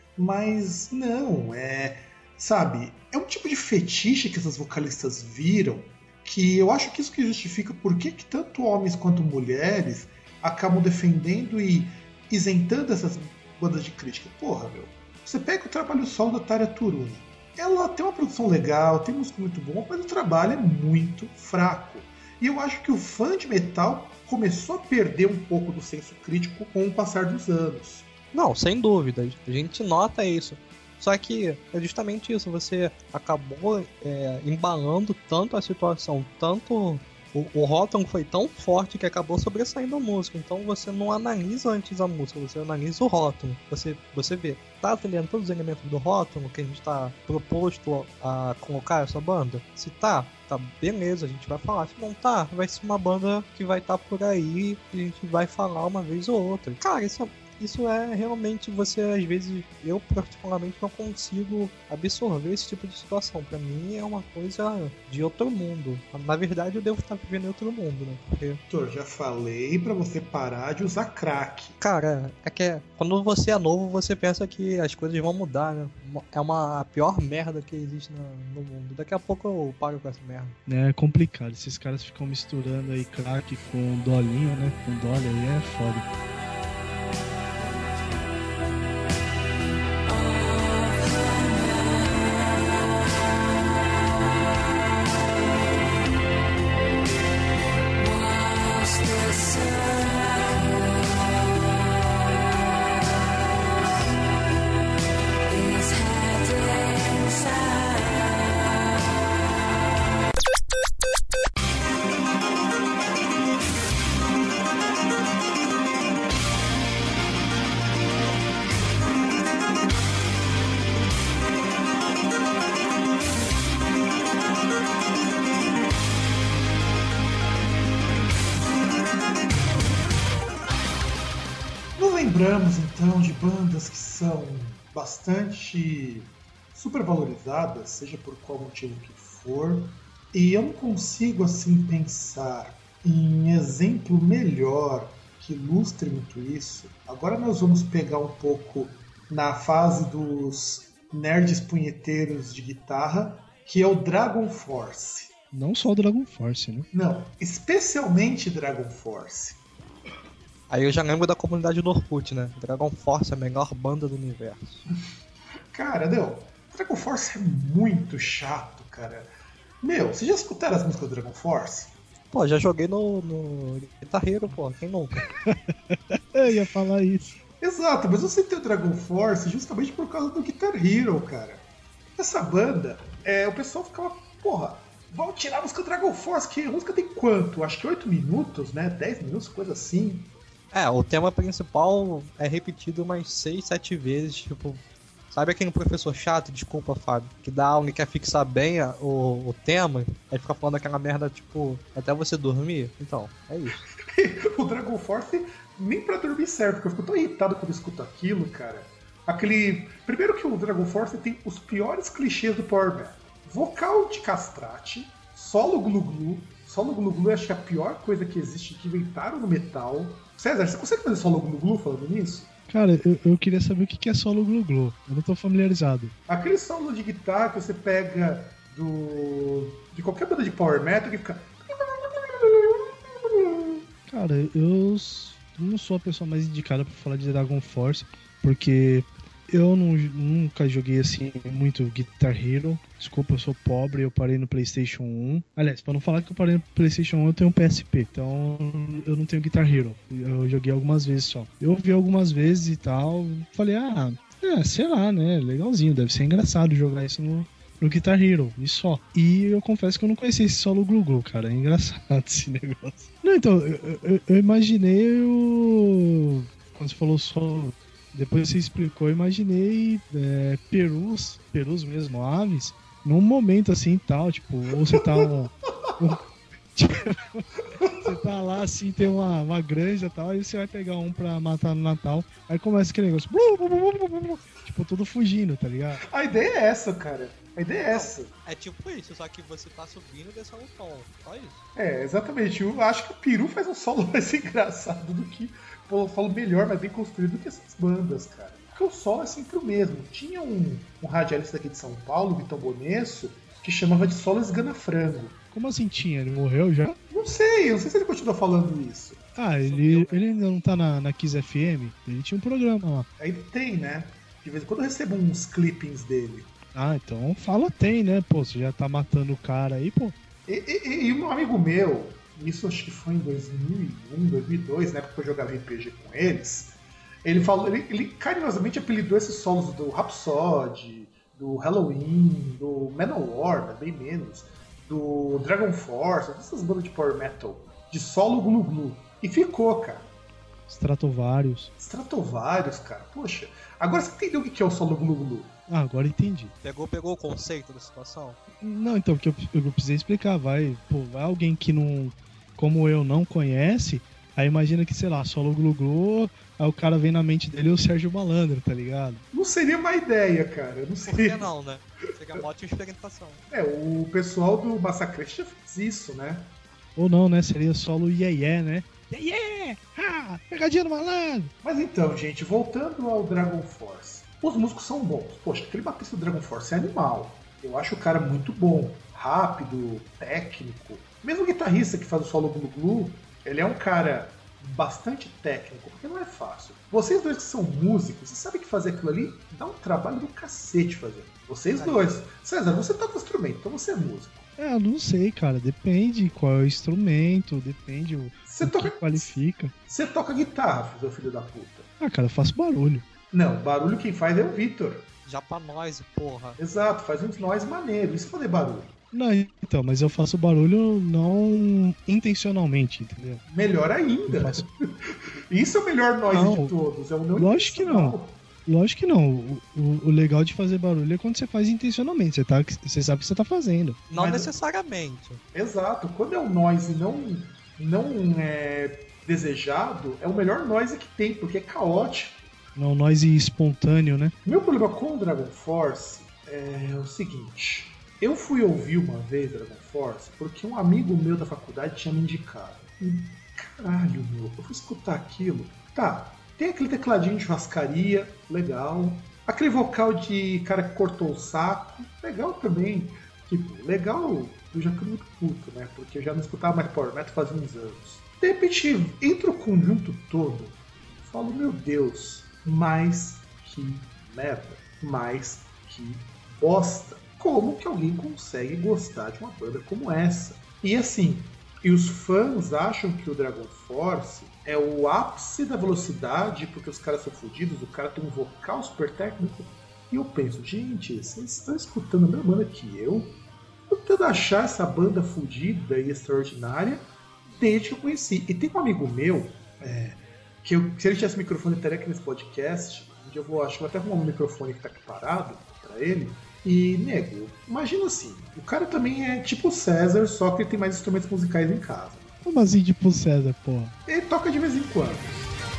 Mas não, é... sabe, é um tipo de fetiche que essas vocalistas viram, que eu acho que isso que justifica por que, que tanto homens quanto mulheres acabam defendendo e isentando essas bandas de crítica. Porra, meu, você pega o trabalho solo da Tarja Turunen. Ela tem uma produção legal, tem música muito bom, mas o trabalho é muito fraco. E eu acho que o fã de metal começou a perder um pouco do senso crítico com o passar dos anos. Não, sem dúvida, a gente nota isso. Só que é justamente isso, você acabou é, embalando tanto a situação, tanto o, o rótulo foi tão forte que acabou sobressaindo a música. Então você não analisa antes a música, você analisa o rótulo. Você, você vê, tá atendendo todos os elementos do rótulo que a gente tá proposto a, a colocar essa banda? Se tá, tá beleza, a gente vai falar. Se não tá, vai ser uma banda que vai estar tá por aí e a gente vai falar uma vez ou outra. Cara, isso é... Isso é realmente você, às vezes, eu particularmente não consigo absorver esse tipo de situação. Pra mim é uma coisa de outro mundo. Na verdade, eu devo estar vivendo em outro mundo, né? Porque... Doutor, já falei pra você parar de usar crack. Cara, é que é, quando você é novo, você pensa que as coisas vão mudar, né? É uma a pior merda que existe no, no mundo. Daqui a pouco eu paro com essa merda. É complicado. Esses caras ficam misturando aí crack com dolinho, né? Com dolly aí é foda. Lembramos então de bandas que são bastante supervalorizadas, seja por qual motivo que for, e eu não consigo assim pensar em exemplo melhor que ilustre muito isso. Agora nós vamos pegar um pouco na fase dos nerds punheteiros de guitarra que é o Dragon Force. Não só o Dragon Force, né? Não, especialmente Dragon Force. Aí eu já lembro da comunidade do Orkut, né? Dragon Force é a melhor banda do universo. Cara, meu, Dragon Force é muito chato, cara. Meu, vocês já escutaram as músicas do Dragon Force? Pô, já joguei no, no Guitar Hero, pô, quem nunca? Eu ia falar isso. Exato, mas você tem o Dragon Force justamente por causa do Guitar Hero, cara. Essa banda, é, o pessoal ficava, porra, vamos tirar a música do Dragon Force, que a música tem quanto? Acho que oito minutos, né? dez minutos, coisa assim. É, o tema principal é repetido umas seis, sete vezes, tipo... Sabe aquele professor chato, desculpa, Fábio, que dá aula e quer fixar bem a, o, o tema, aí fica falando aquela merda, tipo, até você dormir? Então, é isso. O Dragon Force nem pra dormir serve, porque eu fico tão irritado quando eu escuto aquilo, cara. Aquele... Primeiro que o Dragon Force tem os piores clichês do Power Metal. Vocal de castrate, solo glu-glu. Solo glu-glu acho que é a pior coisa que existe, que inventaram no metal. César, você consegue fazer solo glu-glu falando nisso? Cara, eu, eu queria saber o que é solo glu-glu. Eu não tô familiarizado. Aquele solo de guitarra que você pega do... de qualquer banda de Power Metal que fica... Cara, eu não sou a pessoa mais indicada pra falar de Dragon Force, porque eu não, nunca joguei assim muito Guitar Hero. Desculpa, eu sou pobre, eu parei no PlayStation um. Aliás, pra não falar que eu parei no PlayStation um, eu tenho um P S P. Então eu não tenho Guitar Hero. Eu joguei algumas vezes só. Eu vi algumas vezes e tal. Falei, ah, é, sei lá, né? Legalzinho, deve ser engraçado jogar isso no, no Guitar Hero, e só. E eu confesso que eu não conhecia esse solo glu-glu, cara. É engraçado esse negócio. Não, então, eu, eu, eu imaginei o... Quando você falou solo... Depois você explicou, eu imaginei é, perus, perus mesmo, aves, num momento assim tal, tipo, ou você tá um, um tipo, você tá lá assim, tem uma, uma granja e tal, aí você vai pegar um pra matar no Natal, aí começa aquele negócio, tipo, todo fugindo, tá ligado? A ideia é essa, cara. A ideia é essa. É tipo isso, só que você tá subindo e descendo o tom, só isso. É, exatamente. Eu acho que o Peru faz um solo mais engraçado do que... Pô, eu falo melhor, mas bem construído do que essas bandas, cara. Porque o solo é sempre o mesmo. Tinha um, um radialista aqui de São Paulo, o Vitão Bonesso, que chamava de solo esgana frango. Como assim tinha? Ele morreu já? Não sei, eu não sei se ele continua falando isso. Ah, ele, ele ainda não tá na, na Kiss F M? Ele tinha um programa lá. Aí tem, né? De vez em quando eu recebo uns clippings dele. Ah, então fala tem, né? Pô, você já tá matando o cara aí, pô. E, e, e um amigo meu, isso acho que foi em dois mil e um, dois mil e dois, na época que eu jogava R P G com eles, ele falou, ele, ele carinhosamente apelidou esses solos do Rhapsody, do Halloween, do Manowar, né, bem menos, do Dragon Force, dessas bandas de Power Metal, de solo glu-glu. E ficou, cara. Stratovarius. Stratovarius, cara. Poxa, agora você entendeu o que é o solo glu-glu? Ah, agora entendi. Pegou, pegou o conceito da situação? Não, então, porque eu, eu precisei explicar. Vai, pô, vai alguém que não, como eu, não conhece, aí imagina que, sei lá, solo glu-glu, aí o cara vem na mente dele o Sérgio Malandro, tá ligado? Não seria uma ideia, cara. Não seria. Por que não, né? Seria uma ótima experimentação. É, o pessoal do Massacreste já fez isso, né? Ou não, né? Seria solo iê iê, né? Iê iê! Ah, pegadinha do malandro! Mas então, gente, voltando ao Dragon Force. Os músicos são bons. Poxa, aquele baterista do Dragon Force é animal. Eu acho o cara muito bom. Rápido, técnico. Mesmo o guitarrista que faz o solo glu-glu, ele é um cara bastante técnico, porque não é fácil. Vocês dois que são músicos, vocês sabem que fazer aquilo ali dá um trabalho do cacete fazer. Vocês dois. César, você toca instrumento, então você é músico. É, eu não sei, cara. Depende qual é o instrumento, depende o, Você o toca... que qualifica. Você toca guitarra, seu filho da puta. Ah, cara, eu faço barulho. Não, barulho quem faz é o Vitor. Já pra nós, porra. Exato, faz uns nós maneiros. Isso é fazer barulho. Não, então, mas eu faço barulho não intencionalmente, entendeu? Melhor ainda. Eu faço... Isso é o melhor nós Não, de todos. É o não lógico que intencional. não. Lógico que não. O, o, o legal de fazer barulho é quando você faz intencionalmente. Você, tá, você sabe o que você tá fazendo. Não Mas- necessariamente. Exato. Quando é um noise não, não é desejado, é o melhor noise que tem, porque é caótico. Não, noise espontâneo, né? Meu problema com o Dragon Force é o seguinte. Eu fui ouvir uma vez Dragon Force porque um amigo meu da faculdade tinha me indicado. E, caralho, meu, eu fui escutar aquilo. Tá, tem aquele tecladinho de churrascaria, legal. Aquele vocal de cara que cortou o saco, legal também. Tipo, legal, eu já fico muito puto, né? Porque eu já não escutava mais Power Metal fazia uns anos. De repente, entra o conjunto todo, falo, meu Deus, mais que merda, mais que bosta. Como que alguém consegue gostar de uma banda como essa? E assim, e os fãs acham que o Dragon Force é o ápice da velocidade porque os caras são fodidos, o cara tem um vocal super técnico. E eu penso, gente, vocês estão escutando a mesma banda que eu? Eu tentando achar essa banda fodida e extraordinária desde que eu conheci. E tem um amigo meu, é, que eu, se ele tivesse microfone estaria aqui nesse podcast, onde eu vou, acho que vou até arrumar um microfone que tá aqui parado pra ele. E, nego, imagina assim, o cara também é tipo o César, só que ele tem mais instrumentos musicais em casa. Como assim tipo o César, porra? Ele toca de vez em quando.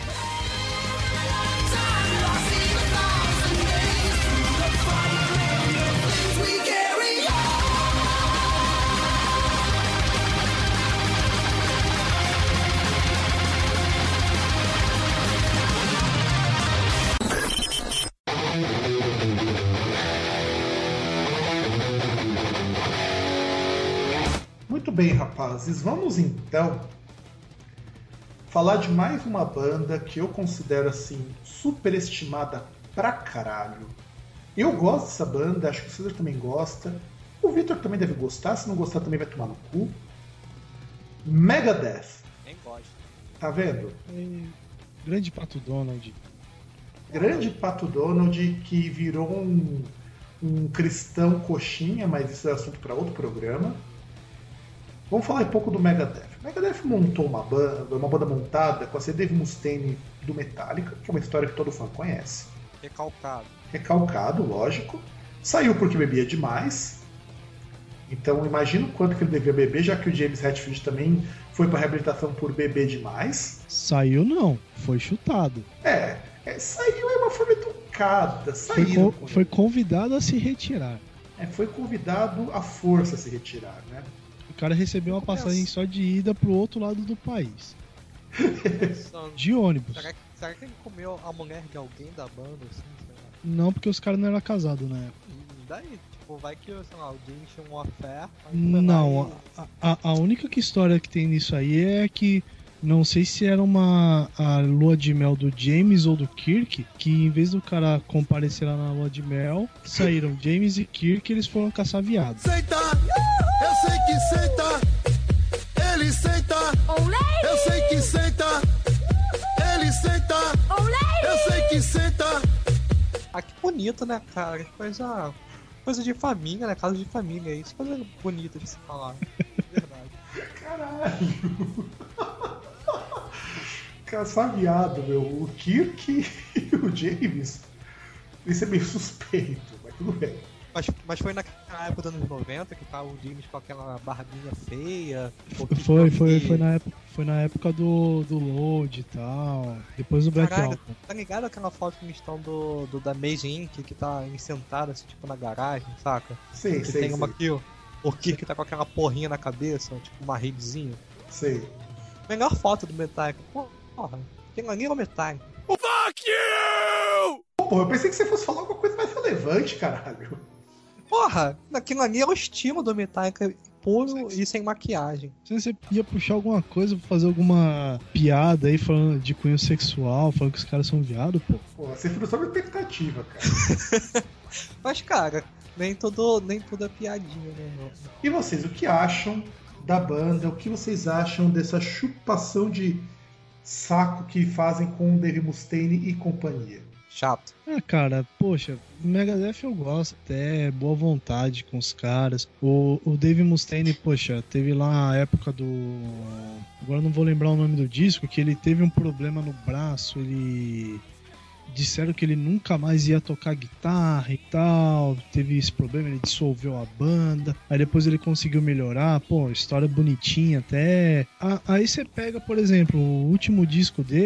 Muito bem, rapazes, vamos então falar de mais uma banda que eu considero assim superestimada pra caralho. Eu gosto dessa banda, acho que o César também gosta, o Victor também deve gostar, se não gostar também vai tomar no cu. Megadeth. Nem gosto. Tá vendo? É, grande Pato Donald. Grande Pato Donald que virou um, um cristão coxinha, mas isso é assunto para outro programa. Vamos falar um pouco do Megadeth. O Megadeth montou uma banda, uma banda montada com a Dave Mustaine do Metallica, que é uma história que todo fã conhece. Recalcado. Recalcado, lógico. Saiu porque bebia demais. Então imagina o quanto que ele devia beber, já que o James Hetfield também foi para reabilitação por beber demais. Saiu não, foi chutado. É, é saiu é uma forma educada. Foi, Saiu. co- foi convidado a se retirar. É, foi convidado à força a se retirar, né? O cara recebeu uma passagem só de ida pro outro lado do país. De ônibus. Será que, será que ele comeu a mulher de alguém da banda, assim, sei lá? Não, porque os caras não eram casados na época. E daí, tipo, vai que, sei lá, o James tinha uma fé. Não, a, a, a única que história que tem nisso aí é que não sei se era uma a lua de mel do James ou do Kirk, que em vez do cara comparecer lá na lua de mel, saíram James e Kirk e eles foram caçar viado. Senta, eu sei que senta, ele senta, eu sei que senta, ele senta, eu sei que senta. Ah, que bonito, né, cara? Que coisa, coisa de família, né? Casa de família, isso. Coisa bonita de se falar. Verdade. Caralho! Caçaviado, meu. O Kirk e o James. Isso é meio suspeito, mas tudo bem. Mas, mas foi naquela época dos anos noventa que tava o James com aquela barbinha feia. Foi, foi, foi, na época, foi na época do, do Load e tal. Depois do Black Caralho, Album. tá ligado aquela foto que eles estão do, do, da Amazing Inc que tá ele sentado assim, tipo, na garagem, saca? Sei, que sei, tem sei. uma aqui, ó. O Kirk tá com aquela porrinha na cabeça, tipo uma redezinha. Sei. Melhor foto do Metallica. Porra, tem ali o Metallica. Fuck you! Pô, eu pensei que você fosse falar alguma coisa mais relevante, caralho. Porra, aquilo ali é o estilo do Metallica puro e sem maquiagem. Se você ia puxar alguma coisa pra fazer alguma piada aí falando de cunho sexual, falando que os caras são viados, pô. Pô, você frustrou a expectativa, cara. Mas, cara, nem tudo, nem tudo é piadinha, né, meu? E vocês, o que acham da banda? O que vocês acham dessa chupação de saco que fazem com o Dave Mustaine e companhia? Chato. Ah, cara, poxa, Megadeth eu gosto até, boa vontade com os caras. O, o Dave Mustaine, poxa, teve lá a época do... Agora não vou lembrar o nome do disco, que ele teve um problema no braço, ele... Disseram que ele nunca mais ia tocar guitarra e tal, teve esse problema, ele dissolveu a banda, aí depois ele conseguiu melhorar, pô, história bonitinha até. Ah, aí você pega, por exemplo, o último disco deles,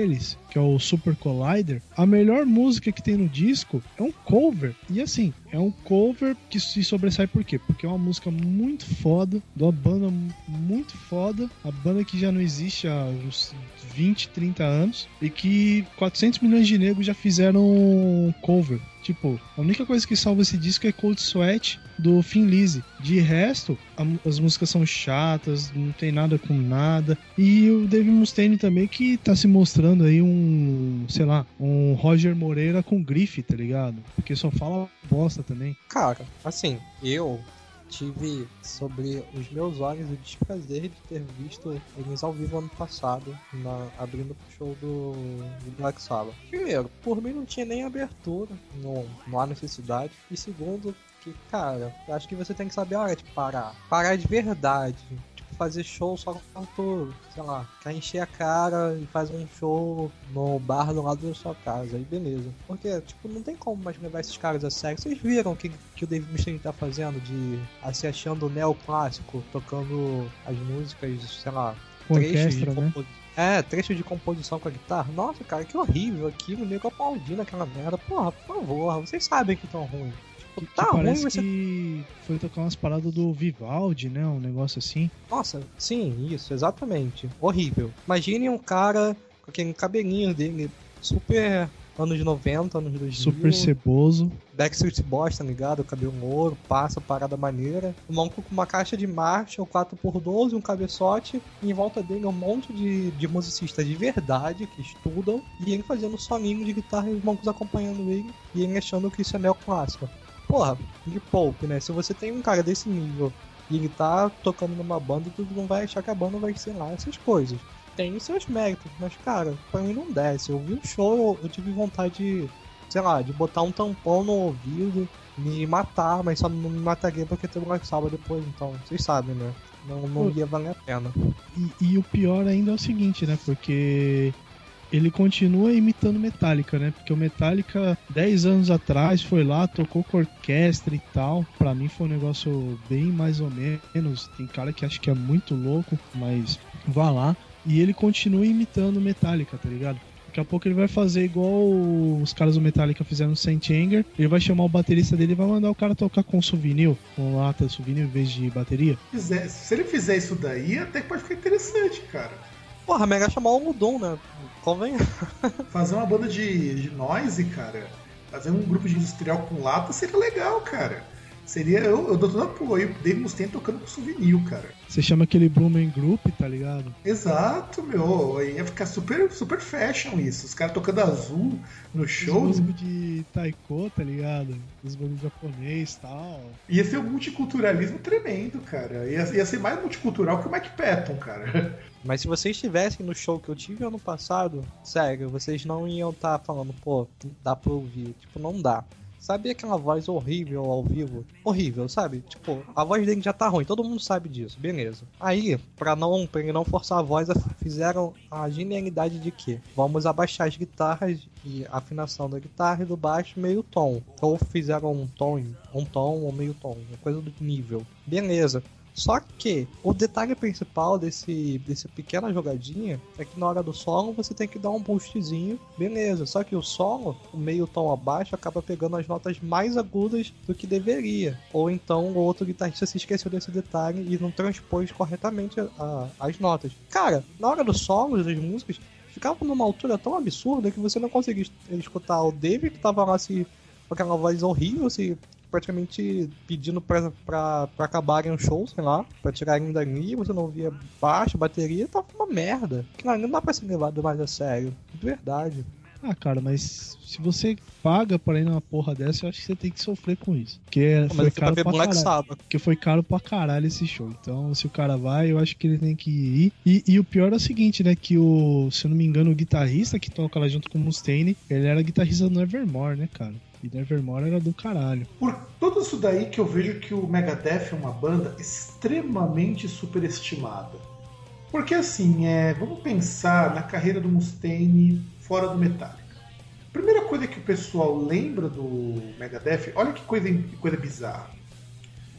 que é o Super Collider, a melhor música que tem no disco é um cover. E assim, é um cover que se sobressai por quê? Porque é uma música muito foda, de uma banda muito foda, a banda que já não existe há uns vinte, trinta anos, e que quatrocentos milhões de negros já fizeram um cover. Tipo, a única coisa que salva esse disco é Cold Sweat, do Thin Lizzy. De resto, a, as músicas são chatas, não tem nada com nada. E o Dave Mustaine também, que tá se mostrando aí um, sei lá, um Roger Moreira com grife, tá ligado? Porque só fala bosta também. Cara, assim, eu tive sobre os meus olhos o desprazer de ter visto eles ao vivo ano passado, na, abrindo pro show do, do Black Sabbath. Primeiro, por mim não tinha nem abertura, não, não há necessidade. E segundo, que, cara, eu acho que você tem que saber a hora de parar. Parar de verdade. Fazer show só quando tu, sei lá, quer encher a cara e faz um show no bar do lado da sua casa, aí beleza. Porque, tipo, não tem como mais levar esses caras a sério. Vocês viram o que, que o Dave Mustaine tá fazendo de se achando neoclássico, tocando as músicas, sei lá, trechos de composição. Né? É, trechos de composição com a guitarra. Nossa, cara, que horrível aquilo, nego aplaudindo aquela merda. Porra, por favor, vocês sabem que tão ruim. Que, tá que ruim, parece você... que foi tocar umas paradas do Vivaldi, né? Um negócio assim. Nossa, sim, isso, exatamente. Horrível. Imagine um cara com aquele cabelinho dele super anos noventa, anos dois mil. Super ceboso. Backstreet Boys, tá ligado? O cabelo ouro, passa, parada maneira. Um maluco com uma caixa de marcha, quatro por doze, um cabeçote. E em volta dele um monte de, de musicistas de verdade que estudam. E ele fazendo solinho de guitarra e os malucos acompanhando ele. E ele achando que isso é neoclássico. Porra, de poupe, né? Se você tem um cara desse nível e ele tá tocando numa banda, tu não vai achar que a banda vai ser lá essas coisas. Tem os seus méritos, mas cara, pra mim não desce. Eu vi o show, eu, eu tive vontade de, sei lá, de botar um tampão no ouvido, me matar, mas só não me mataria porque teve uma salva depois, então, vocês sabem, né? Não, não ia valer a pena. E, e o pior ainda é o seguinte, né? Porque ele continua imitando Metallica, né? Porque o Metallica, dez anos atrás, foi lá, tocou com orquestra e tal. Pra mim foi um negócio bem mais ou menos. Tem cara que acha que é muito louco, mas vá lá. E ele continua imitando Metallica, tá ligado? Daqui a pouco ele vai fazer igual os caras do Metallica fizeram no Saint Anger. Ele vai chamar o baterista dele e vai mandar o cara tocar com souvenir, com lata de souvenir em vez de bateria. Se ele fizer isso daí, até que pode ficar interessante, cara. Porra, mega chamar o Mudon, né? Convém. Fazer uma banda de, de noise, cara. Fazer um grupo de industrial com lata seria legal, cara. Seria, eu, eu dou todo apoio. Dave Mustaine tocando com souvenir, cara. Você chama aquele Blumen Group, tá ligado? Exato, meu. Ia ficar super, super fashion isso. Os caras tocando azul no show. Os músicos de taiko, tá ligado? Os músicos japonês e tal. Ia ser um multiculturalismo tremendo, cara. Ia, ia ser mais multicultural que o Mike Patton, cara. Mas se vocês estivessem no show que eu tive ano passado, sério, vocês não iam estar tá falando, pô, dá pra ouvir. Tipo, não dá. Sabe aquela voz horrível ao vivo? Horrível, sabe? Tipo, a voz dele já tá ruim, todo mundo sabe disso, beleza. Aí, pra não, pra ele não forçar a voz, fizeram a genialidade de que vamos abaixar as guitarras e a afinação da guitarra e do baixo meio tom. Ou fizeram um tom, um tom ou meio tom, uma coisa do nível. Beleza. Só que o detalhe principal desse, desse pequena jogadinha é que na hora do solo você tem que dar um boostzinho, beleza. Só que o solo, o meio tom abaixo, acaba pegando as notas mais agudas do que deveria. Ou então o outro guitarrista se esqueceu desse detalhe e não transpôs corretamente a, a, as notas. Cara, na hora do solo das músicas, ficava numa altura tão absurda que você não conseguia escutar o Dave, que tava lá se, com aquela voz horrível, se... praticamente pedindo pra, pra, pra acabarem o show, sei lá, pra tirarem dali, você não via baixo, bateria, tava uma merda. Que não, não dá pra ser levado mais a sério, de verdade. Ah, cara, mas se você paga pra ir numa porra dessa, eu acho que você tem que sofrer com isso. Porque Pô, foi caro pra Black caralho. Sabbath. Porque foi caro pra caralho esse show. Então, se o cara vai, eu acho que ele tem que ir. E, e o pior é o seguinte, né? Que o, se eu não me engano, o guitarrista que toca lá junto com o Mustaine, ele era guitarrista do Nevermore, né, cara? E Nevermore era do caralho. Por tudo isso daí que eu vejo que o Megadeth é uma banda extremamente superestimada. Porque assim, é, vamos pensar na carreira do Mustaine fora do Metallica. Primeira coisa que o pessoal lembra do Megadeth, olha que coisa, que coisa bizarra.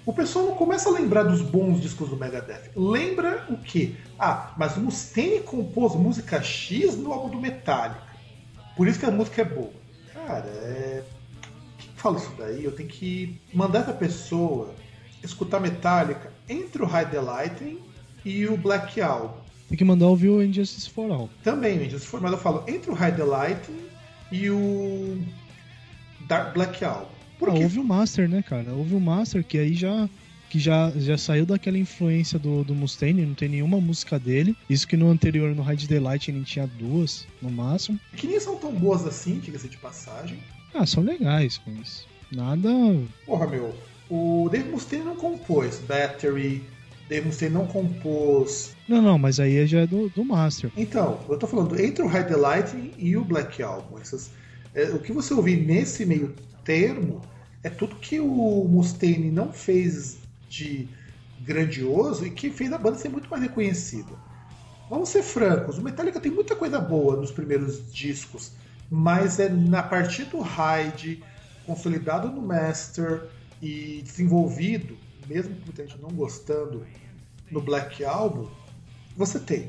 o pessoal não começa a lembrar dos bons discos do Megadeth. Lembra o quê? Ah, mas o Mustaine compôs música X no álbum do Metallica. Por isso que a música é boa. Cara, é... quem fala isso daí, eu tenho que mandar essa pessoa escutar Metallica entre o Hide the Lightning e o Black Album. Tem que mandar ouvir o Injustice for All. Também o Injustice for All, mas eu falo entre o Hide the Lightning e o Dark Black Album. Por ah, quê? Houve o Master, né, cara? Houve o Master que aí já, que já, já saiu daquela influência do, do Mustaine, não tem nenhuma música dele. Isso que no anterior, no Hide the Lightning, tinha duas, no máximo. Que nem são tão boas assim, diga-se de passagem. Ah, são legais, mas nada... Porra, meu, o Dave Mustaine não compôs Battery, Dave Mustaine não compôs... Não, não, mas aí já é do, do Master. Então, eu tô falando entre o Hide the Lightning e o Black Album. Essas, é, o que você ouvir nesse meio termo é tudo que o Mustaine não fez de grandioso e que fez a banda ser muito mais reconhecida. Vamos ser francos, o Metallica tem muita coisa boa nos primeiros discos, mas é na partir do Hide, consolidado no Master e desenvolvido, mesmo que muita gente não gostando, no Black Album, você tem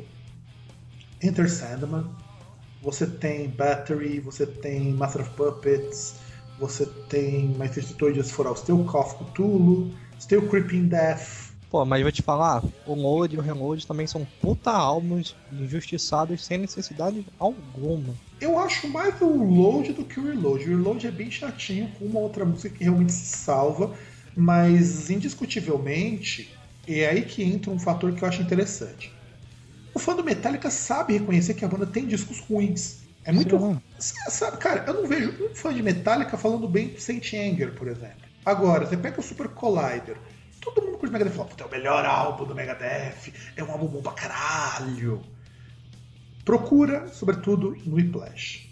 Enter Sandman, você tem Battery, você tem Master of Puppets, você tem My Fifty-Two Years for All, você tem o Call of Cthulhu, você tem o Creeping Death. Pô, mas vou te falar, o Load e o Reload também são puta álbuns injustiçados sem necessidade alguma. Eu acho mais o Load do que o Reload. O Reload é bem chatinho, com uma outra música que realmente se salva, mas indiscutivelmente é aí que entra um fator que eu acho interessante. O fã do Metallica sabe reconhecer que a banda tem discos ruins. É muito... Sabe, cara, eu não vejo um fã de Metallica falando bem do Saint Anger, por exemplo. Agora, você pega o Super Collider, todo mundo curte o Megadeth fala, puta, é o melhor álbum do Megadeth, é um álbum bom pra caralho. Procura, sobretudo, no Whiplash.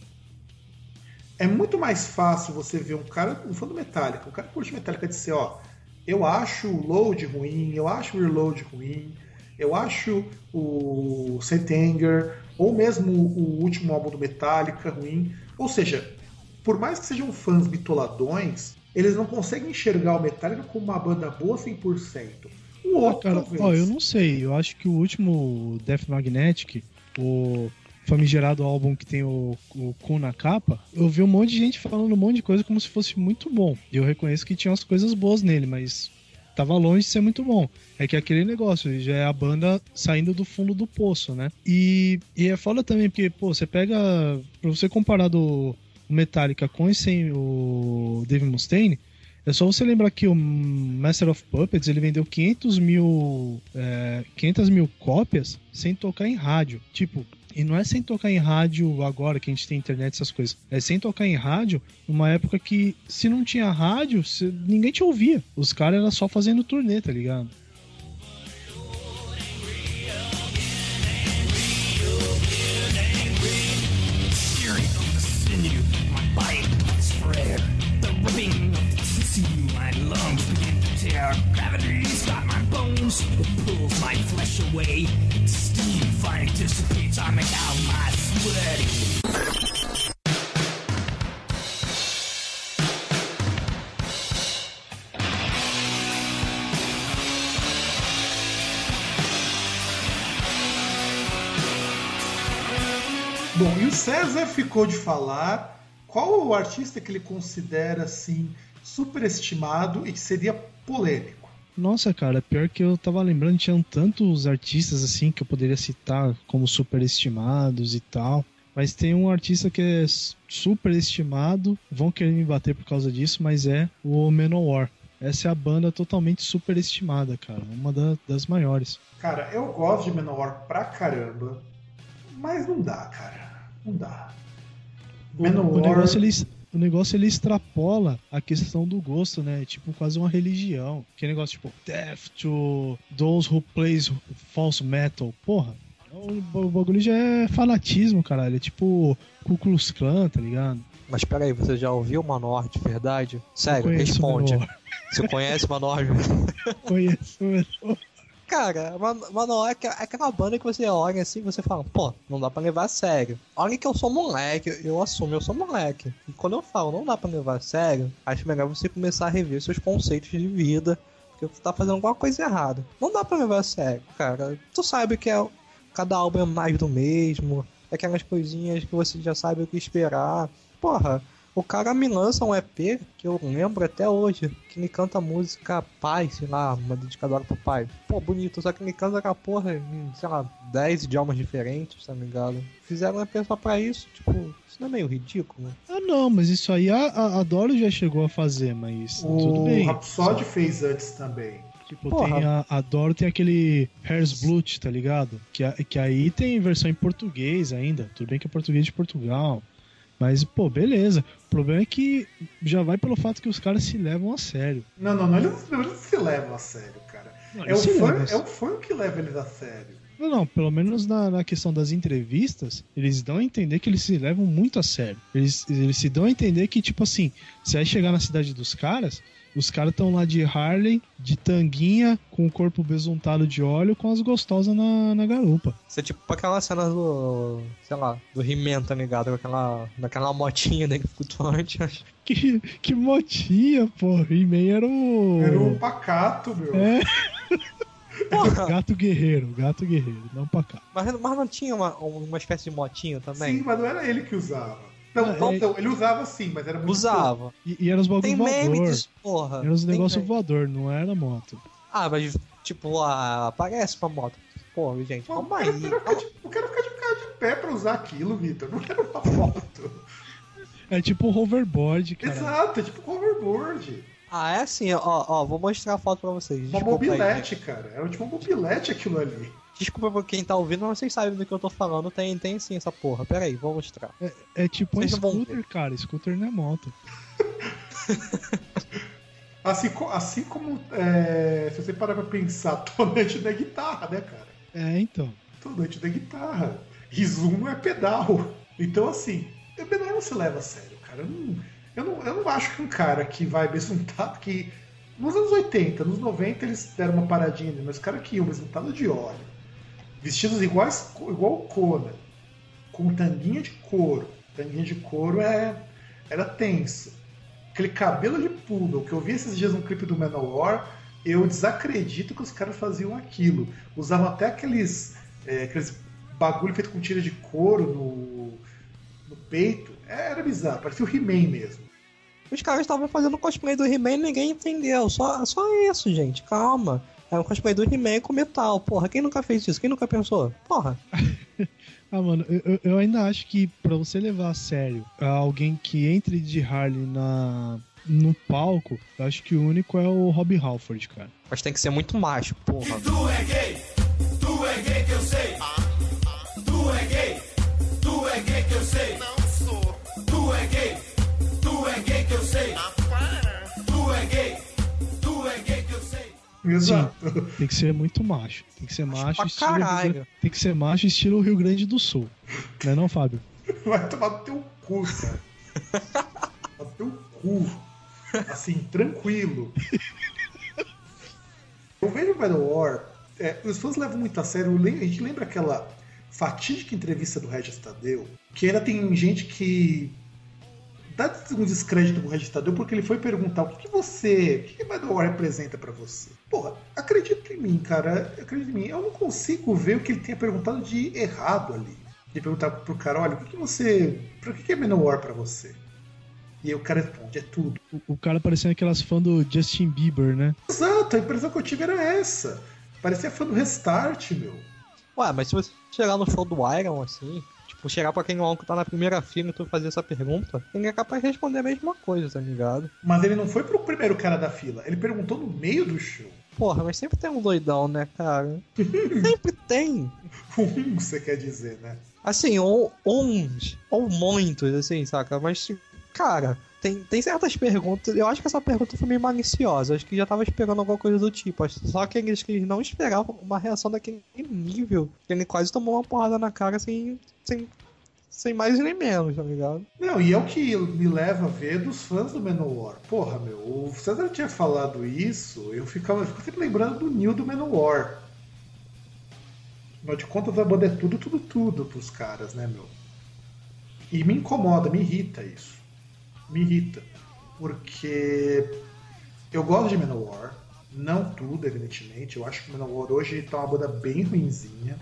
É muito mais fácil você ver um cara, um fã do Metallica, um cara que curte Metallica dizer, ó, eu acho o Load ruim, eu acho o Reload ruim, eu acho o Saint Anger, ou mesmo o último álbum do Metallica ruim. Ou seja, por mais que sejam fãs bitoladões, eles não conseguem enxergar o Metallica como uma banda boa cem por cento. O outro, ah, cara, talvez. Ó, eu não sei, eu acho que o último Death Magnetic, o famigerado álbum que tem o, o Kun na capa, eu vi um monte de gente falando um monte de coisa como se fosse muito bom. E eu reconheço que tinha umas coisas boas nele, mas tava longe de ser muito bom. É que aquele negócio, já é a banda saindo do fundo do poço, né? E, e é foda também, porque, pô, você pega... Pra você comparar do Metallica com esse, o Dave Mustaine, é só você lembrar que o Master of Puppets, ele vendeu quinhentos mil, é, quinhentas mil cópias sem tocar em rádio. Tipo, e não é sem tocar em rádio agora que a gente tem internet, essas coisas. É sem tocar em rádio numa época que, se não tinha rádio, se, ninguém te ouvia. Os caras eram só fazendo turnê, tá ligado? Gravity's got my bones, it pulls my flesh away. Steam finally dissipates, I make out my sweat. Bom, e o César ficou de falar qual o artista que ele considera assim superestimado e que seria polêmico. Nossa, cara, pior que eu tava lembrando, tinham tantos artistas assim que eu poderia citar como superestimados e tal, mas tem um artista que é superestimado, vão querer me bater por causa disso, mas é o Manowar. Essa é a banda totalmente superestimada, cara, uma da, das maiores. Cara, eu gosto de Manowar pra caramba, mas não dá, cara, não dá. Manowar... O negócio ele... O negócio ele extrapola a questão do gosto, né? Tipo, quase uma religião. Que negócio tipo, death to those who plays false metal. Porra, o bagulho já é fanatismo, caralho. É tipo Ku Klux Klan, tá ligado? Mas peraí, você já ouviu Manowar de verdade? Sério, responde. Você conhece Manowar? Conheço, Manowar. Cara, Manowar é aquela banda que você olha assim e você fala, pô, não dá pra levar a sério. Olha que eu sou moleque, eu assumo, eu sou moleque. E quando eu falo não dá pra levar a sério, acho melhor você começar a rever seus conceitos de vida. Porque porque tu tá fazendo alguma coisa errada. Não dá pra levar a sério, cara. Tu sabe que é, cada álbum é mais do mesmo, aquelas coisinhas que você já sabe o que esperar. Porra, o cara me lança um E P que eu lembro até hoje, que ele canta a música Pai, sei lá, uma dedicadora pro pai. Pô, bonito, só que ele canta aquela porra em, sei lá, dez idiomas diferentes, tá ligado? Fizeram um E P só pra isso, tipo, isso não é meio ridículo? Ah, não, mas isso aí a, a, a Doro já chegou a fazer, mas O tudo bem. Rhapsody fez antes também. Tipo, Porra. tem a, a Doro tem aquele Herzblut, tá ligado? Que, a- que aí tem versão em português ainda. Tudo bem que é português de Portugal. Mas, pô, beleza. O problema é que já vai pelo fato que os caras se levam a sério. Não, não, não, eles, eles não se levam a sério, cara. Não, É o, eles se fã, levam. é o fã que leva eles a sério. Não, não, pelo menos na, na questão das entrevistas, eles dão a entender que eles se levam muito a sério. Eles, eles se dão a entender que, tipo assim, você vai chegar na cidade dos caras, os caras estão lá de Harley, de tanguinha, com o corpo besuntado de óleo, com as gostosas na, na garupa. Isso é tipo aquela cena do, sei lá, do He-Man, tá ligado? Com aquela, naquela motinha dele flutuante. Que, que motinha, pô. He-Man era o... Era um pacato, meu. É, Porra, gato guerreiro, gato guerreiro, não pra cá. mas, mas não tinha uma, uma espécie de motinha também? Sim, mas não era ele que usava. Não, Ah, não, é- não, ele usava sim, mas era muito Usava. E, e era os bagulho Tem meme voador. disso, porra. Era os Tem negócios meme. voador, não era moto. Ah, mas tipo, ah, aparece pra moto. Pô, gente, Pô, calma o aí. cara- eu, quero ficar de, eu quero ficar de, ficar de pé pra usar aquilo, Vitor. Não quero uma moto. É tipo um hoverboard, cara. Exato, é tipo hoverboard. Ah, é assim, ó, ó, vou mostrar a foto pra vocês. Uma Desculpa aí, mobilete, gente. cara. Era tipo uma mobilete aquilo ali. Desculpa pra quem tá ouvindo, mas vocês sabem do que eu tô falando. Tem, tem sim essa porra. Pera aí, vou mostrar. É, é tipo um Vocês não vão scooter, cara. Scooter não é moto. Assim, co- assim como, é, se você parar pra pensar, tonante da guitarra, né, cara? É, então. Tonante da guitarra. E zoom não é pedal. Então, assim, o pedal não se leva a sério, cara. Eu não, eu não, eu não acho que um cara que vai besuntar, porque nos anos oitenta, nos noventa, eles deram uma paradinha, mas os caras que iam besuntado de óleo, vestidos iguais, igual o Conan, com tanguinha de couro. Tanguinha de couro é, era tenso. Aquele cabelo de poodle que eu vi esses dias no clipe do Manowar, eu desacredito que os caras faziam aquilo. Usavam até aqueles, é, aqueles bagulho feito com tira de couro no, no peito. É, era bizarro, parecia o He-Man mesmo. Os caras estavam fazendo cosplay do He-Man e ninguém entendeu. Só, só isso, gente. Calma. É um cosplay do He-Man com metal. Porra, quem nunca fez isso? Quem nunca pensou? Porra. Ah, mano, eu, eu- eu ainda acho que pra você levar a sério alguém que entre de Harley na, no palco, eu acho que o único é o Rob Halford, cara. Mas tem que ser muito macho, porra. Tu é gay, tu é gay que eu sei. Tu é gay, tu é gay que eu sei. Não sou. Tu é gay, tu é gay que eu sei. Tu é gay, tu é gay que eu sei. Exato. Tem que ser muito macho. Tem que ser macho pra estilo Rio caralho. Grande- Tem que ser macho estilo Rio Grande do Sul. Não é não, Fábio? Vai tomar no teu cu, cara. No teu cu. Assim, tranquilo. Eu vejo o Manowar, é, os fãs levam muito a sério. Eu lem- A gente lembra aquela fatídica entrevista do Regis Tadeu, que ainda tem gente que dá um descrédito pro Regis Tadeu porque ele foi perguntar o que, que você, o que, que Manowar representa pra você. Porra, acredita em mim, cara, acredita em mim. Eu não consigo ver o que ele tenha perguntado de errado ali. De perguntar pro cara, olha, o que, que você, pra que, que é Manowar pra você? E aí o cara responde, é tudo. O, o cara parecendo aquelas fãs do Justin Bieber, né? Exato, a impressão que eu tive era essa. Parecia fã do Restart, meu. Ué, mas se você chegar no show do Iron, assim, tipo, chegar pra quem não tá na primeira fila e tu fazer essa pergunta, ninguém é capaz de responder a mesma coisa, tá ligado? Mas ele não foi pro primeiro cara da fila, ele perguntou no meio do show. Porra, mas sempre tem um doidão, né, cara? Sempre tem. Um, você quer dizer, né? Assim, ou uns, ou muitos, assim, saca? Mas, cara, tem, tem certas perguntas. Eu acho que essa pergunta foi meio maliciosa. Acho que já tava esperando alguma coisa do tipo. Acho que só aqueles que não esperavam uma reação daquele nível. Que ele quase tomou uma porrada na cara sem, sem, sem mais nem menos, tá ligado? Não, e é o que me leva a ver dos fãs do Manowar. Porra, meu, o César tinha falado isso, eu ficava eu fico sempre lembrando do Neil do Manowar. Afinal de contas, a banda é tudo, tudo, tudo pros caras, né, meu? E me incomoda, me irrita isso. Me irrita. Porque eu gosto de Manowar, Não tudo, evidentemente. Eu acho que o Manowar hoje tá uma banda bem ruinzinha.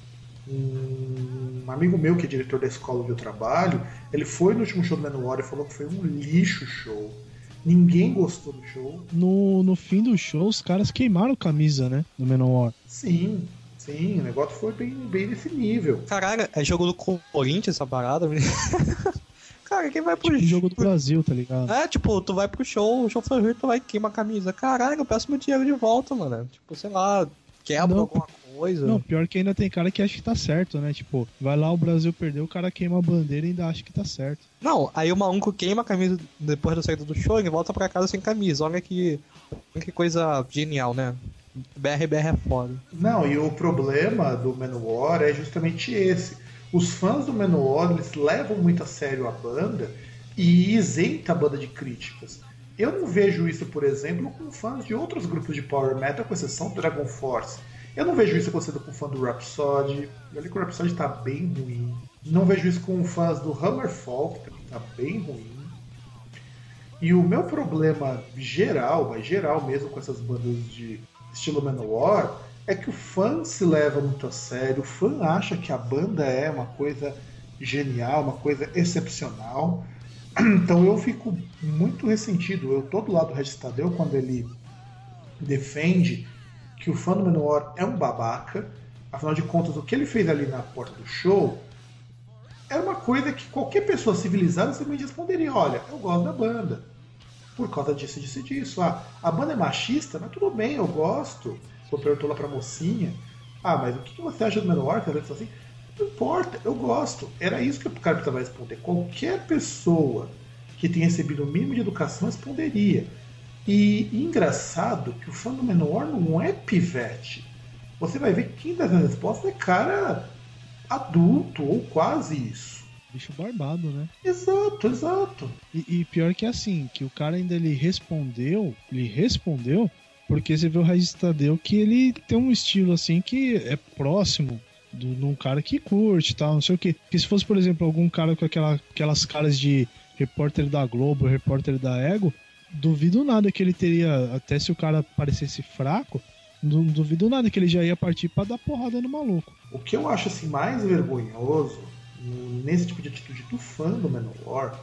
Um amigo meu que é diretor da escola onde eu trabalho, ele foi no último show do Manowar e falou que foi um lixo show. Ninguém gostou do show. No, no fim do show, os caras queimaram camisa, né? Do Manowar. Sim, sim, o negócio foi bem, bem nesse nível. Caralho, é jogo do Corinthians essa parada? Cara, quem vai pro tipo, jogo do Brasil, tá ligado? É, tipo, tu vai pro show, o show foi ruim, tu vai queima a camisa. Caralho, eu peço meu dinheiro de volta, mano. Tipo, sei lá, quebra Não, alguma coisa. Não, pior que ainda tem cara que acha que tá certo, né? Tipo, vai lá, o Brasil perdeu, o cara queima a bandeira e ainda acha que tá certo. Não, aí o maluco queima a camisa depois da saída do show e volta pra casa sem camisa. Olha que, que coisa genial, né? B R B R é foda. Não, e o problema do Manowar é justamente esse. Os fãs do Manowar, eles levam muito a sério a banda e isenta a banda de críticas. Eu não vejo isso, por exemplo, com fãs de outros grupos de power metal, com exceção do Dragon Force. Eu não vejo isso acontecendo com fã do Rhapsody. Olha que o Rhapsody tá bem ruim. Não vejo isso com fãs do Hammerfall, que também tá bem ruim. E o meu problema geral, mas geral mesmo com essas bandas de estilo Manowar, é que o fã se leva muito a sério, o fã acha que a banda é uma coisa genial, uma coisa excepcional. Então eu fico muito ressentido. Eu tô do lado do Regis Tadeu quando ele defende que o fã do Manowar é um babaca. Afinal de contas, o que ele fez ali na porta do show era uma coisa que qualquer pessoa civilizada simplesmente responderia: olha, eu gosto da banda por causa disso, disso e disso. Ah, a banda é machista, mas tudo bem, eu gosto. Eu perguntou lá pra mocinha: ah, mas o que você acha do Manowar? Assim, não importa, eu gosto. Era isso que o cara precisava responder. Qualquer pessoa que tenha recebido o mínimo de educação responderia. E, e engraçado que o fã do Manowar não é pivete. Você vai ver que quem dá essa resposta é cara adulto, ou quase isso. Bicho barbado, né? Exato, exato. E, e pior que assim, que o cara ainda ele respondeu, ele respondeu, porque você vê o Regis Tadeu que ele tem um estilo assim que é próximo de um cara que curte e tal, não sei o quê. Porque se fosse, por exemplo, algum cara com aquela, aquelas caras de repórter da Globo, repórter da Ego, duvido nada que ele teria, até se o cara parecesse fraco, não duvido nada que ele já ia partir pra dar porrada no maluco. O que eu acho assim mais vergonhoso nesse tipo de atitude do fã do Manowar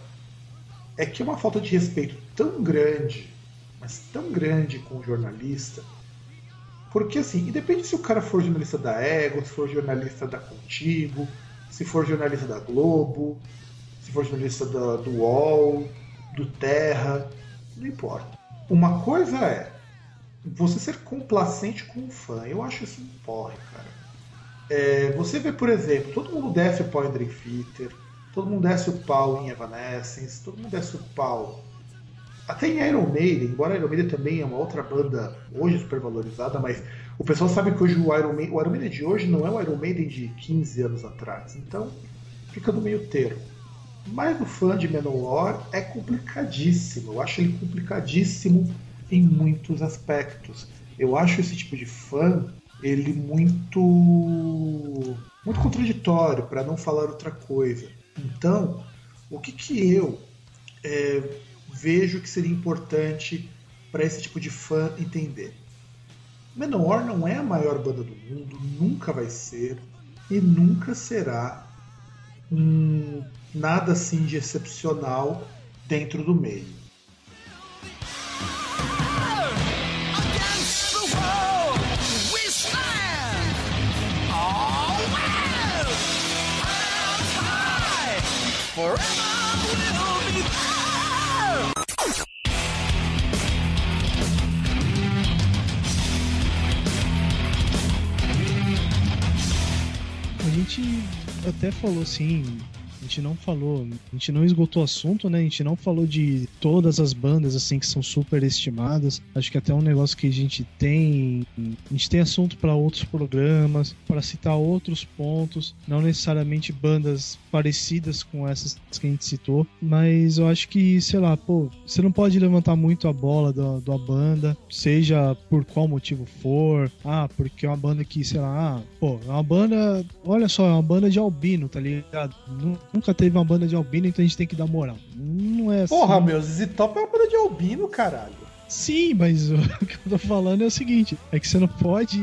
é que é uma falta de respeito tão grande, mas tão grande com o jornalista, porque assim, independe se o cara for jornalista da Ego, se for jornalista da Contigo, se for jornalista da Globo, se for jornalista da, do U O L, do Terra, não importa. Uma coisa é você ser complacente com o fã. Eu acho isso um porre, cara. É, você vê, por exemplo, todo mundo desce o pau em Dream Theater, todo mundo desce o pau em Evanescence, todo mundo desce o pau até em Iron Maiden, embora Iron Maiden também é uma outra banda hoje super valorizada, mas o pessoal sabe que hoje o Iron Maiden, o Iron Maiden de hoje não é o Iron Maiden de quinze anos atrás, então fica no meio termo. Mas o fã de Manowar é complicadíssimo, eu acho ele complicadíssimo em muitos aspectos. Eu acho esse tipo de fã ele muito muito contraditório, para não falar outra coisa. Então, o que que eu é, vejo que seria importante para esse tipo de fã entender? Manowar não é a maior banda do mundo, nunca vai ser e nunca será hum, nada assim de excepcional dentro do meio. A gente até falou assim, a gente não falou, a gente não esgotou o assunto, né? A gente não falou de todas as bandas assim que são super estimadas. Acho que até é um negócio que a gente tem, a gente tem assunto para outros programas, para citar outros pontos, não necessariamente bandas parecidas com essas que a gente citou, mas eu acho que, sei lá, pô, você não pode levantar muito a bola da, da banda, seja por qual motivo for. Ah, porque é uma banda que, sei lá, ah, pô, é uma banda, olha só, é uma banda de albino, tá ligado? Nunca teve uma banda de albino, então a gente tem que dar moral. Não é assim. Porra, meu, Z Z Top é uma banda de albino, caralho. Sim, mas o que eu tô falando é o seguinte, é que você não pode,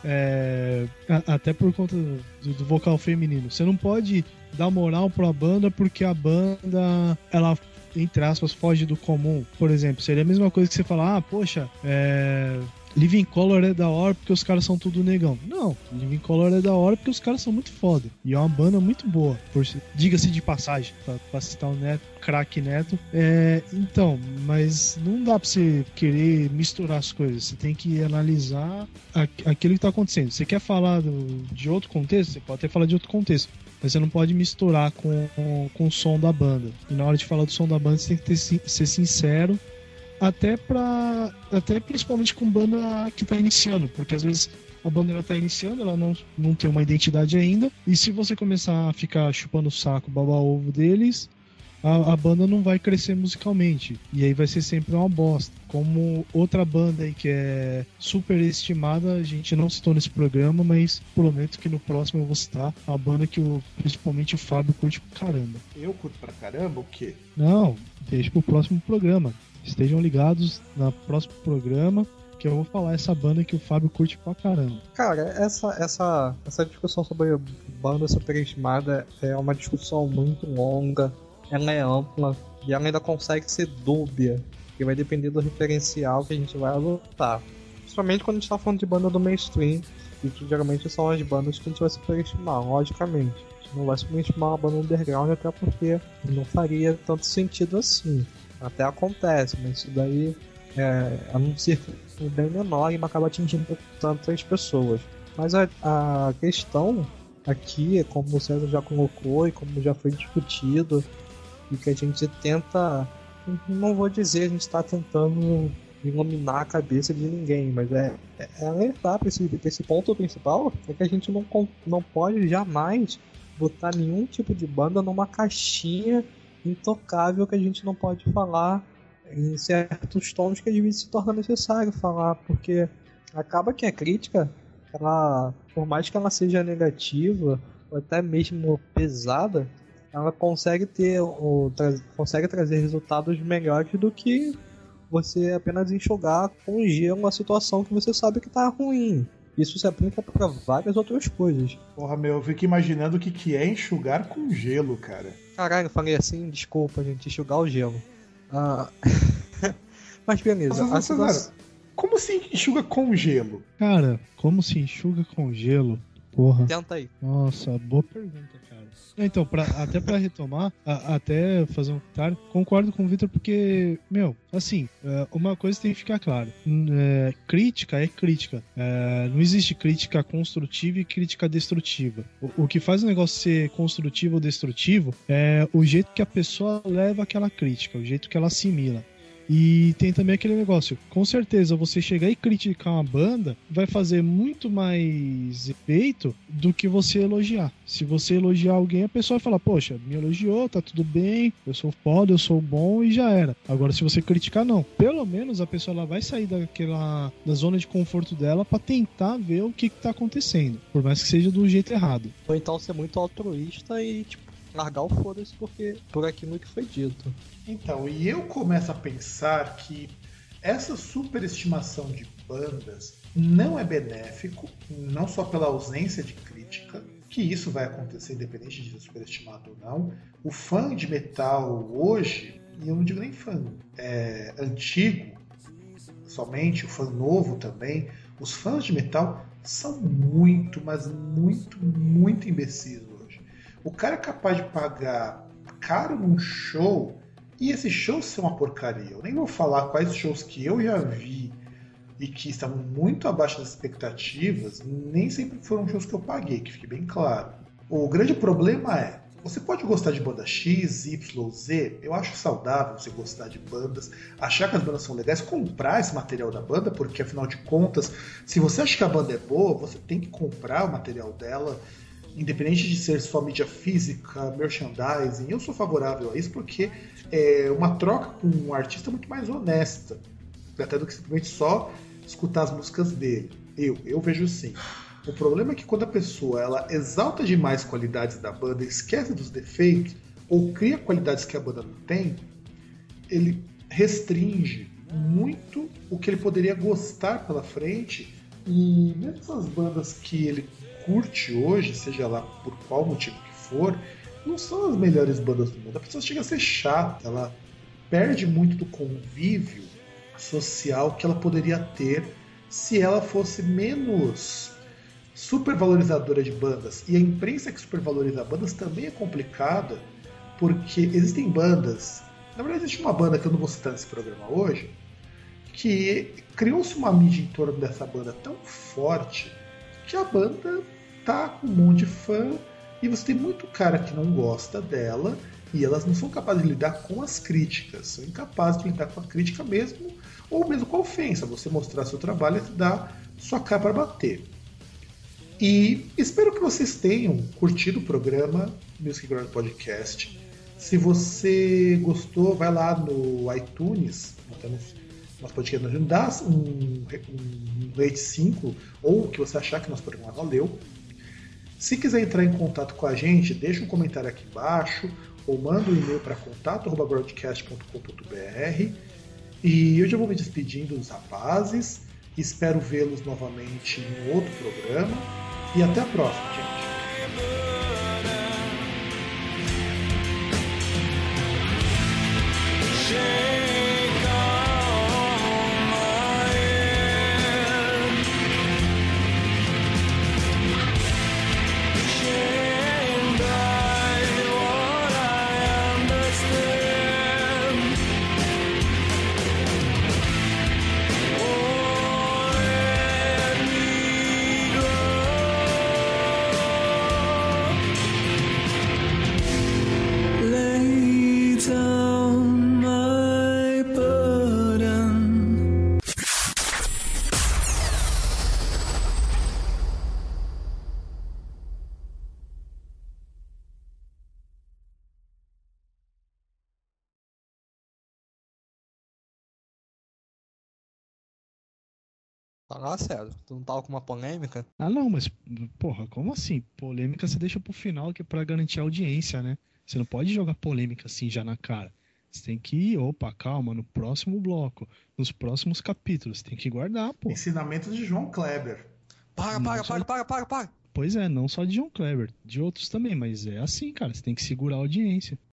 é, a, até por conta do, do vocal feminino, você não pode dar moral pra banda porque a banda, ela, entre aspas, foge do comum. Por exemplo, seria a mesma coisa que você falar, ah, poxa, é... Living Color é da hora porque os caras são tudo negão. Não, Living Color é da hora porque os caras são muito foda. E é uma banda muito boa. Por, diga-se de passagem, pra, pra citar o Neto, craque Neto. É, então, mas não dá pra você querer misturar as coisas. Você tem que analisar a, aquilo que tá acontecendo. Você quer falar do, de outro contexto? Você pode até falar de outro contexto. Mas você não pode misturar com, com, com o som da banda. E na hora de falar do som da banda, você tem que ter, ser sincero. Até pra. Até principalmente com banda que tá iniciando, porque às vezes a banda ela tá iniciando, ela não, não tem uma identidade ainda, e se você começar a ficar chupando o saco, babar ovo deles, a, a banda não vai crescer musicalmente, e aí vai ser sempre uma bosta. Como outra banda aí que é super estimada, a gente não citou nesse programa, mas prometo que no próximo eu vou citar a banda que o, principalmente o Fábio curte pra caramba. Eu curto pra caramba o quê? Não, deixa pro próximo programa. Estejam ligados no próximo programa que eu vou falar essa banda que o Fábio curte pra caramba. Cara, essa, essa, essa discussão sobre banda superestimada é uma discussão muito longa, ela é ampla e ela ainda consegue ser dúbia, que vai depender do referencial que a gente vai adotar. Principalmente quando a gente tá falando de banda do mainstream, e que geralmente são as bandas que a gente vai superestimar, logicamente. A gente não vai superestimar uma banda underground, até porque não faria tanto sentido assim. Até acontece, mas isso daí é, é um círculo bem menor e acaba atingindo tantas pessoas. Mas a, a questão aqui, como o César já colocou e como já foi discutido, e que a gente tenta, não vou dizer, a gente está tentando iluminar a cabeça de ninguém, mas é, é alertar para esse, esse ponto principal, é que a gente não, não pode jamais botar nenhum tipo de banda numa caixinha intocável que a gente não pode falar em certos tons que às vezes se torna necessário falar, porque acaba que a crítica, ela, por mais que ela seja negativa ou até mesmo pesada, ela consegue ter ou tra- consegue trazer resultados melhores do que você apenas enxugar com gelo a situação que você sabe que tá ruim. Isso se aplica para várias outras coisas. Porra, meu, eu fico imaginando o que, que é enxugar com gelo, cara. Caralho, eu falei assim, desculpa, gente, enxugar o gelo. Ah... Mas beleza. Nossa, a situação... Como se enxuga com gelo? Cara, como se enxuga com gelo? Porra. Tenta aí. Nossa, boa pergunta, cara. Então, pra, até pra retomar, a, até fazer um comentário, concordo com o Victor porque, meu, assim, uma coisa tem que ficar clara. É, crítica é crítica. É, não existe crítica construtiva e crítica destrutiva. O, o que faz o negócio ser construtivo ou destrutivo é o jeito que a pessoa leva aquela crítica, o jeito que ela assimila. E tem também aquele negócio, com certeza você chegar e criticar uma banda vai fazer muito mais efeito do que você elogiar. Se você elogiar alguém, a pessoa vai falar, poxa, me elogiou, tá tudo bem, eu sou foda, eu sou bom e já era. Agora se você criticar, não. Pelo menos a pessoa ela vai sair daquela, da zona de conforto dela pra tentar ver o que que tá acontecendo, por mais que seja do jeito errado. Ou então ser muito altruísta e, tipo, largar o foda-se porque por aquilo que foi dito. Então, e eu começo a pensar que essa superestimação de bandas não é benéfico, não só pela ausência de crítica, que isso vai acontecer independente de ser superestimado ou não. O fã de metal hoje, e eu não digo nem fã é, antigo, somente o fã novo também, os fãs de metal são muito, mas muito, muito imbecis hoje. O cara é capaz de pagar caro num show e esse show ser uma porcaria. Eu nem vou falar quais shows que eu já vi e que estavam muito abaixo das expectativas, nem sempre foram shows que eu paguei, que fique bem claro. O grande problema é, você pode gostar de banda X, Y, Z, eu acho saudável você gostar de bandas, achar que as bandas são legais, comprar esse material da banda, porque afinal de contas, se você acha que a banda é boa, você tem que comprar o material dela, independente de ser só mídia física, merchandising. Eu sou favorável a isso porque é uma troca com um artista muito mais honesta, até do que simplesmente só escutar as músicas dele. Eu, eu vejo assim. O problema é que quando a pessoa ela exalta demais qualidades da banda e esquece dos defeitos, ou cria qualidades que a banda não tem, ele restringe muito o que ele poderia gostar pela frente, e mesmo essas bandas que ele curte hoje, seja lá por qual motivo que for, não são as melhores bandas do mundo. A pessoa chega a ser chata, ela perde muito do convívio social que ela poderia ter se ela fosse menos supervalorizadora de bandas. E a imprensa que supervaloriza bandas também é complicada, porque existem bandas, na verdade existe uma banda que eu não vou citar nesse programa hoje, que criou-se uma mídia em torno dessa banda tão forte que a banda tá com um monte de fã, e você tem muito cara que não gosta dela, e elas não são capazes de lidar com as críticas, são incapazes de lidar com a crítica mesmo, ou mesmo com a ofensa, você mostrar seu trabalho e dar sua cara para bater. E espero que vocês tenham curtido o programa Music Ground Podcast. Se você gostou, vai lá no iTunes, nós temos nosso podcast, nos dá um, um rate cinco, ou o que você achar que nosso programa valeu. Se quiser entrar em contato com a gente, deixa um comentário aqui embaixo, ou manda um e-mail para contato arroba broadcast ponto com ponto b r. E eu já vou me despedindo dos rapazes, espero vê-los novamente em outro programa, e até a próxima, gente. Fala sério, tu não tava com uma polêmica? Ah, não, mas, porra, como assim? Polêmica você deixa pro final, que é pra garantir a audiência, né? Você não pode jogar polêmica assim já na cara. Você tem que ir, opa, calma, no próximo bloco, nos próximos capítulos, tem que guardar, pô. Ensinamentos de João Kleber. Para, para, para, para, para, para! Pois é, não só de João Kleber, de outros também, mas é assim, cara, você tem que segurar a audiência.